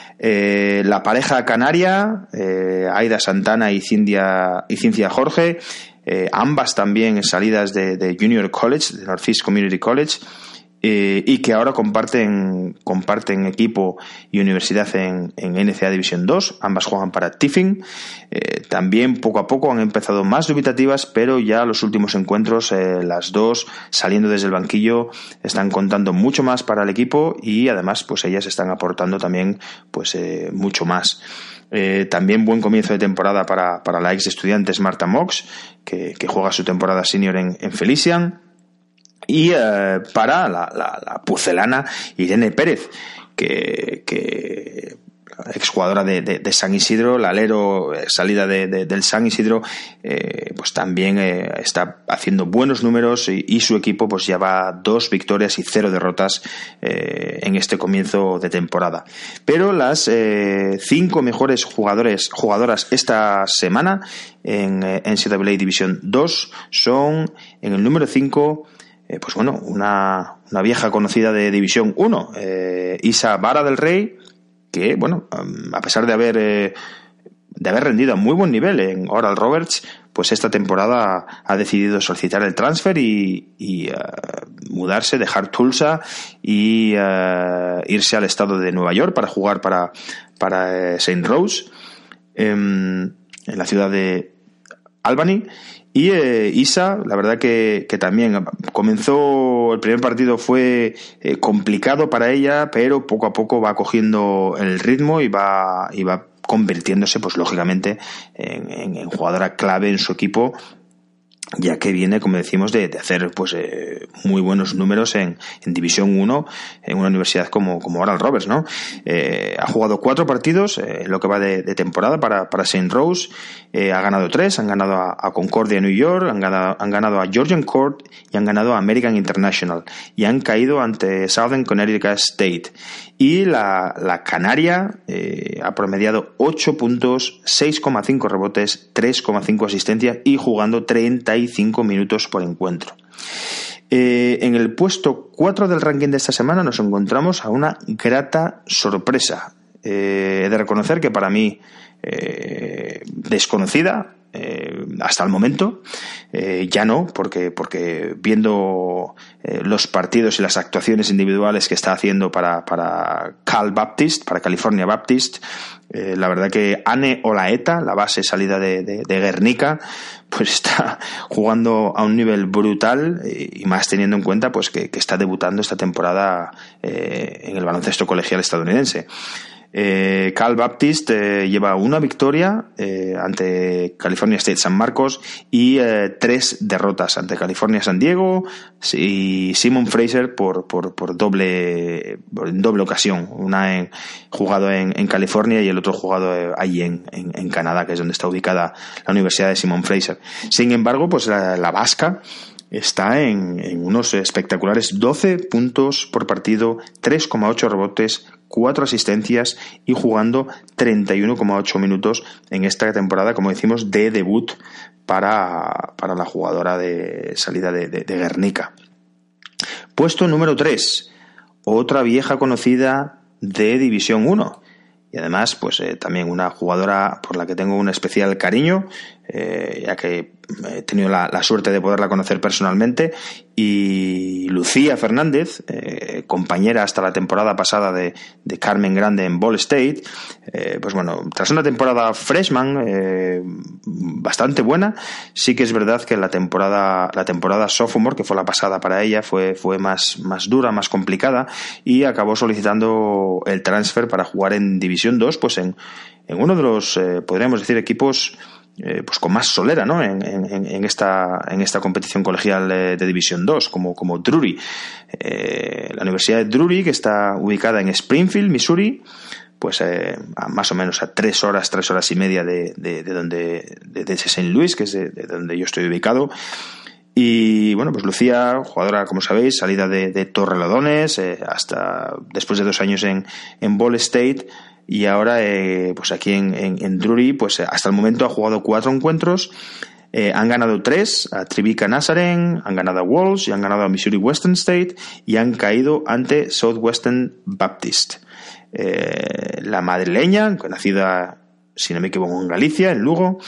La pareja canaria, Aida Santana y Cincia Jorge, ambas también salidas de Junior College, de Northeast Community College, y que ahora comparten equipo y universidad en NCAA División 2. Ambas juegan para Tiffin. También poco a poco han empezado más dubitativas, pero ya los últimos encuentros, las dos saliendo desde el banquillo, están contando mucho más para el equipo, y además pues ellas están aportando también mucho más. También buen comienzo de temporada para la ex de Estudiantes Marta Mox, que juega su temporada senior en Felician. Y para la pucelana Irene Pérez, que exjugadora de San Isidro, la alero salida del San Isidro, pues también está haciendo buenos números y su equipo pues ya va 2 victorias y 0 derrotas en este comienzo de temporada. Pero las 5 mejores jugadoras esta semana en NCAA División 2 son, en el número 5, pues bueno, una vieja conocida de División 1, Isa Vara del Rey, que bueno, a pesar de haber rendido a muy buen nivel en Oral Roberts, pues esta temporada ha decidido solicitar el transfer y mudarse, dejar Tulsa y irse al estado de Nueva York para jugar para St. Rose en la ciudad de Albany. Y Isa, la verdad que también comenzó, el primer partido fue complicado para ella, pero poco a poco va cogiendo el ritmo y va convirtiéndose, pues lógicamente, en jugadora clave en su equipo, ya que viene, como decimos, de hacer pues muy buenos números en División 1 en una universidad como Oral Roberts, ¿no? Ha jugado 4 partidos en lo que va de temporada para St. Rose. Ha ganado 3, han ganado a Concordia New York, han ganado a Georgian Court y han ganado a American International, y han caído ante Southern Connecticut State. Y la Canaria ha promediado 8 puntos, 6,5 rebotes, 3,5 asistencias y jugando 35 minutos por encuentro. En el puesto 4 del ranking de esta semana nos encontramos a una grata sorpresa. He de reconocer que para mí desconocida hasta el momento, ya no, porque viendo los partidos y las actuaciones individuales que está haciendo para Cal Baptist, para California Baptist, la verdad que Anne Olaeta, la base salida de Guernica, pues está jugando a un nivel brutal, y más teniendo en cuenta pues que está debutando esta temporada en el baloncesto colegial estadounidense. Cal Baptist lleva una victoria ante California State San Marcos y 3 derrotas ante California San Diego y Simon Fraser por doble ocasión, una jugado en California y el otro jugado allí en Canadá, que es donde está ubicada la Universidad de Simon Fraser. Sin embargo, pues la vasca está en unos espectaculares 12 puntos por partido, 3,8 rebotes, 4 asistencias y jugando 31,8 minutos en esta temporada, como decimos, de debut para la jugadora de salida de Guernica. Puesto número 3, otra vieja conocida de División 1. Y además, pues también una jugadora por la que tengo un especial cariño, ya que he tenido la suerte de poderla conocer personalmente, y Lucía Fernández, compañera hasta la temporada pasada de Carmen Grande en Ball State, pues bueno, tras una temporada freshman bastante buena, sí que es verdad que la temporada sophomore, que fue la pasada para ella, fue más dura, más complicada, y acabó solicitando el transfer para jugar en División 2, pues en uno de los, podríamos decir, equipos pues con más solera, ¿no? en esta competición colegial de División 2, como Drury. La Universidad de Drury, que está ubicada en Springfield, Missouri, pues más o menos a 3 horas y media de St. Louis, que es de donde yo estoy ubicado. Y bueno, pues Lucía, jugadora, como sabéis, salida de Torrelodones, hasta después de 2 años en Ball State, y ahora pues aquí en Drury, pues hasta el momento ha jugado 4 encuentros. Han ganado 3 a Tribeca Nazarene, han ganado a Walsh y han ganado a Missouri Western State, y han caído ante Southwestern Baptist. La madrileña, nacida, si no me equivoco, en Galicia, en Lugo,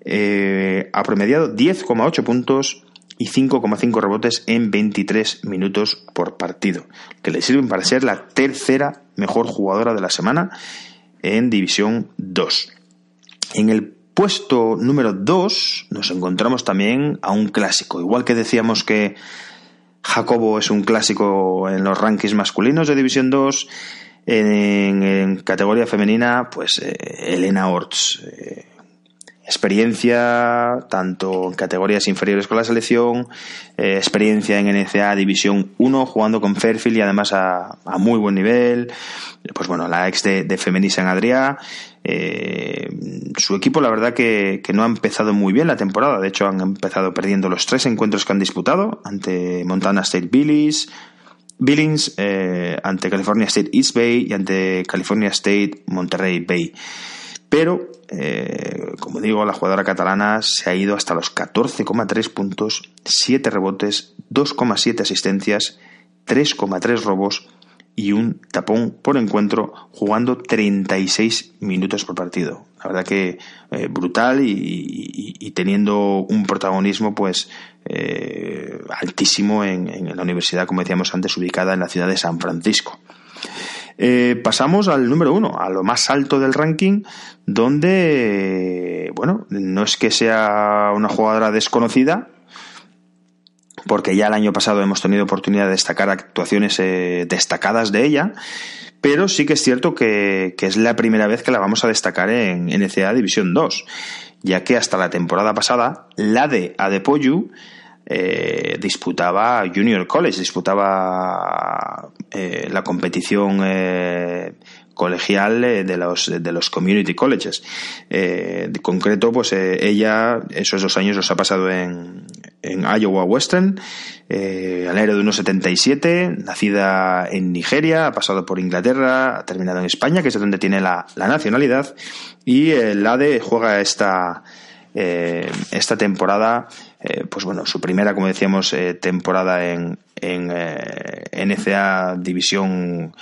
ha promediado 10,8 puntos y 5,5 rebotes en 23 minutos por partido, que le sirven para ser la tercera mejor jugadora de la semana en División 2. En el puesto número 2 nos encontramos también a un clásico. Igual que decíamos que Jacobo es un clásico en los rankings masculinos de División 2, en categoría femenina, pues Elena Orts. experiencia tanto en categorías inferiores con la selección, experiencia en NCAA División 1 jugando con Fairfield y además a muy buen nivel. Pues bueno, la ex de Femení San Adrià. Su equipo la verdad que no ha empezado muy bien la temporada. De hecho han empezado perdiendo los 3 encuentros que han disputado ante Montana State Billings, ante California State East Bay y ante California State Monterey Bay. Pero, como digo, la jugadora catalana se ha ido hasta los 14,3 puntos, 7 rebotes, 2,7 asistencias, 3,3 robos y un tapón por encuentro, jugando 36 minutos por partido. La verdad que brutal y teniendo un protagonismo pues altísimo en la universidad, como decíamos antes, ubicada en la ciudad de San Francisco. Pasamos al número 1, a lo más alto del ranking, donde, bueno, no es que sea una jugadora desconocida, porque ya el año pasado hemos tenido oportunidad de destacar actuaciones destacadas de ella, pero sí que es cierto que es la primera vez que la vamos a destacar en NCAA División 2, ya que hasta la temporada pasada Lade Adepoju disputaba Junior College, disputaba la competición colegial de los community colleges. De concreto, pues ella esos 2 años los ha pasado en Iowa Western, al año de 1,77, nacida en Nigeria, ha pasado por Inglaterra, ha terminado en España, que es donde tiene la nacionalidad, y Lade juega esta temporada, pues bueno, su primera, como decíamos, temporada en NCAA División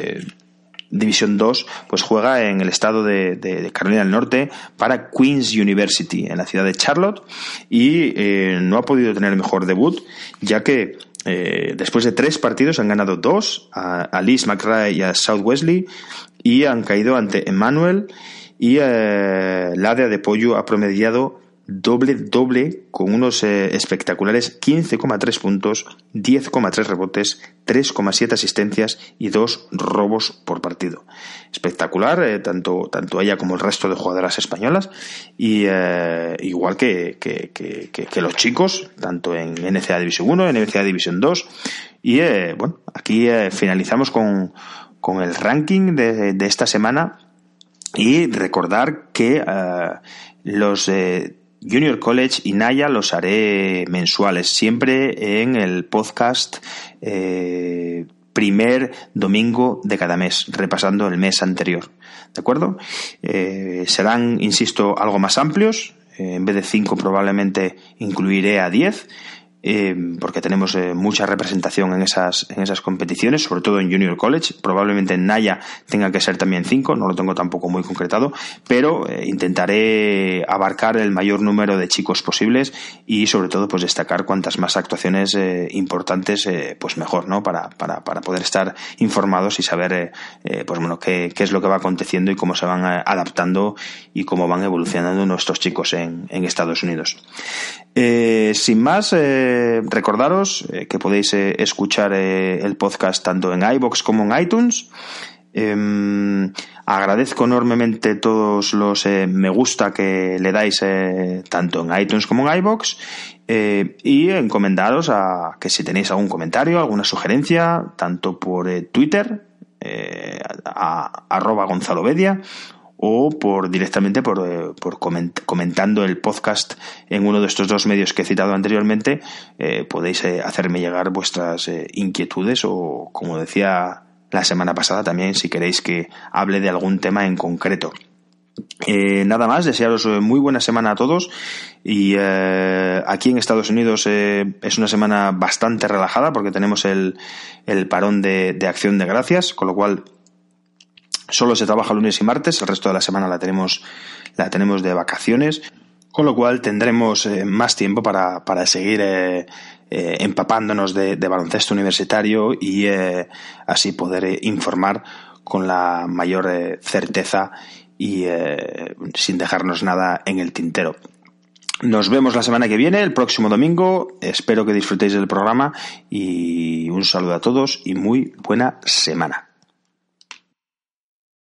2, pues juega en el estado de Carolina del Norte para Queen's University, en la ciudad de Charlotte, y no ha podido tener mejor debut, ya que después de 3 partidos han ganado 2 a Liz McRae y a South Wesley, y han caído ante Emmanuel, y Lade Adepoju ha promediado doble con unos espectaculares 15,3 puntos, 10,3 rebotes, 3,7 asistencias y 2 robos por partido. Espectacular, tanto ella como el resto de jugadoras españolas, y igual que los chicos, tanto en NCAA División 1, en NCAA División 2, y bueno, aquí finalizamos con el ranking de esta semana, y recordar que los Junior College y Naya los haré mensuales, siempre en el podcast primer domingo de cada mes, repasando el mes anterior, ¿de acuerdo? Serán, insisto, algo más amplios, en vez de 5 probablemente incluiré a 10, porque tenemos mucha representación en esas competiciones, sobre todo en Junior College. Probablemente en Naya tenga que ser también 5, no lo tengo tampoco muy concretado, pero intentaré abarcar el mayor número de chicos posibles y sobre todo pues destacar cuantas más actuaciones importantes pues mejor, ¿no? Para poder estar informados y saber pues bueno qué es lo que va aconteciendo y cómo se van adaptando y cómo van evolucionando nuestros chicos en Estados Unidos. Sin más, recordaros que podéis escuchar el podcast tanto en iVoox como en iTunes. Agradezco enormemente todos los me gusta que le dais tanto en iTunes como en iVoox, y encomendaros a que si tenéis algún comentario, alguna sugerencia, tanto por Twitter a @GonzaloBedia, o directamente por comentando el podcast en uno de estos 2 medios que he citado anteriormente. Podéis hacerme llegar vuestras inquietudes, o como decía la semana pasada también, si queréis que hable de algún tema en concreto. Nada más, desearos muy buena semana a todos, y aquí en Estados Unidos es una semana bastante relajada porque tenemos el parón de Acción de Gracias, con lo cual solo se trabaja lunes y martes, el resto de la semana la tenemos de vacaciones, con lo cual tendremos más tiempo para seguir empapándonos de baloncesto universitario y así poder informar con la mayor certeza y sin dejarnos nada en el tintero. Nos vemos la semana que viene, el próximo domingo. Espero que disfrutéis del programa y un saludo a todos y muy buena semana.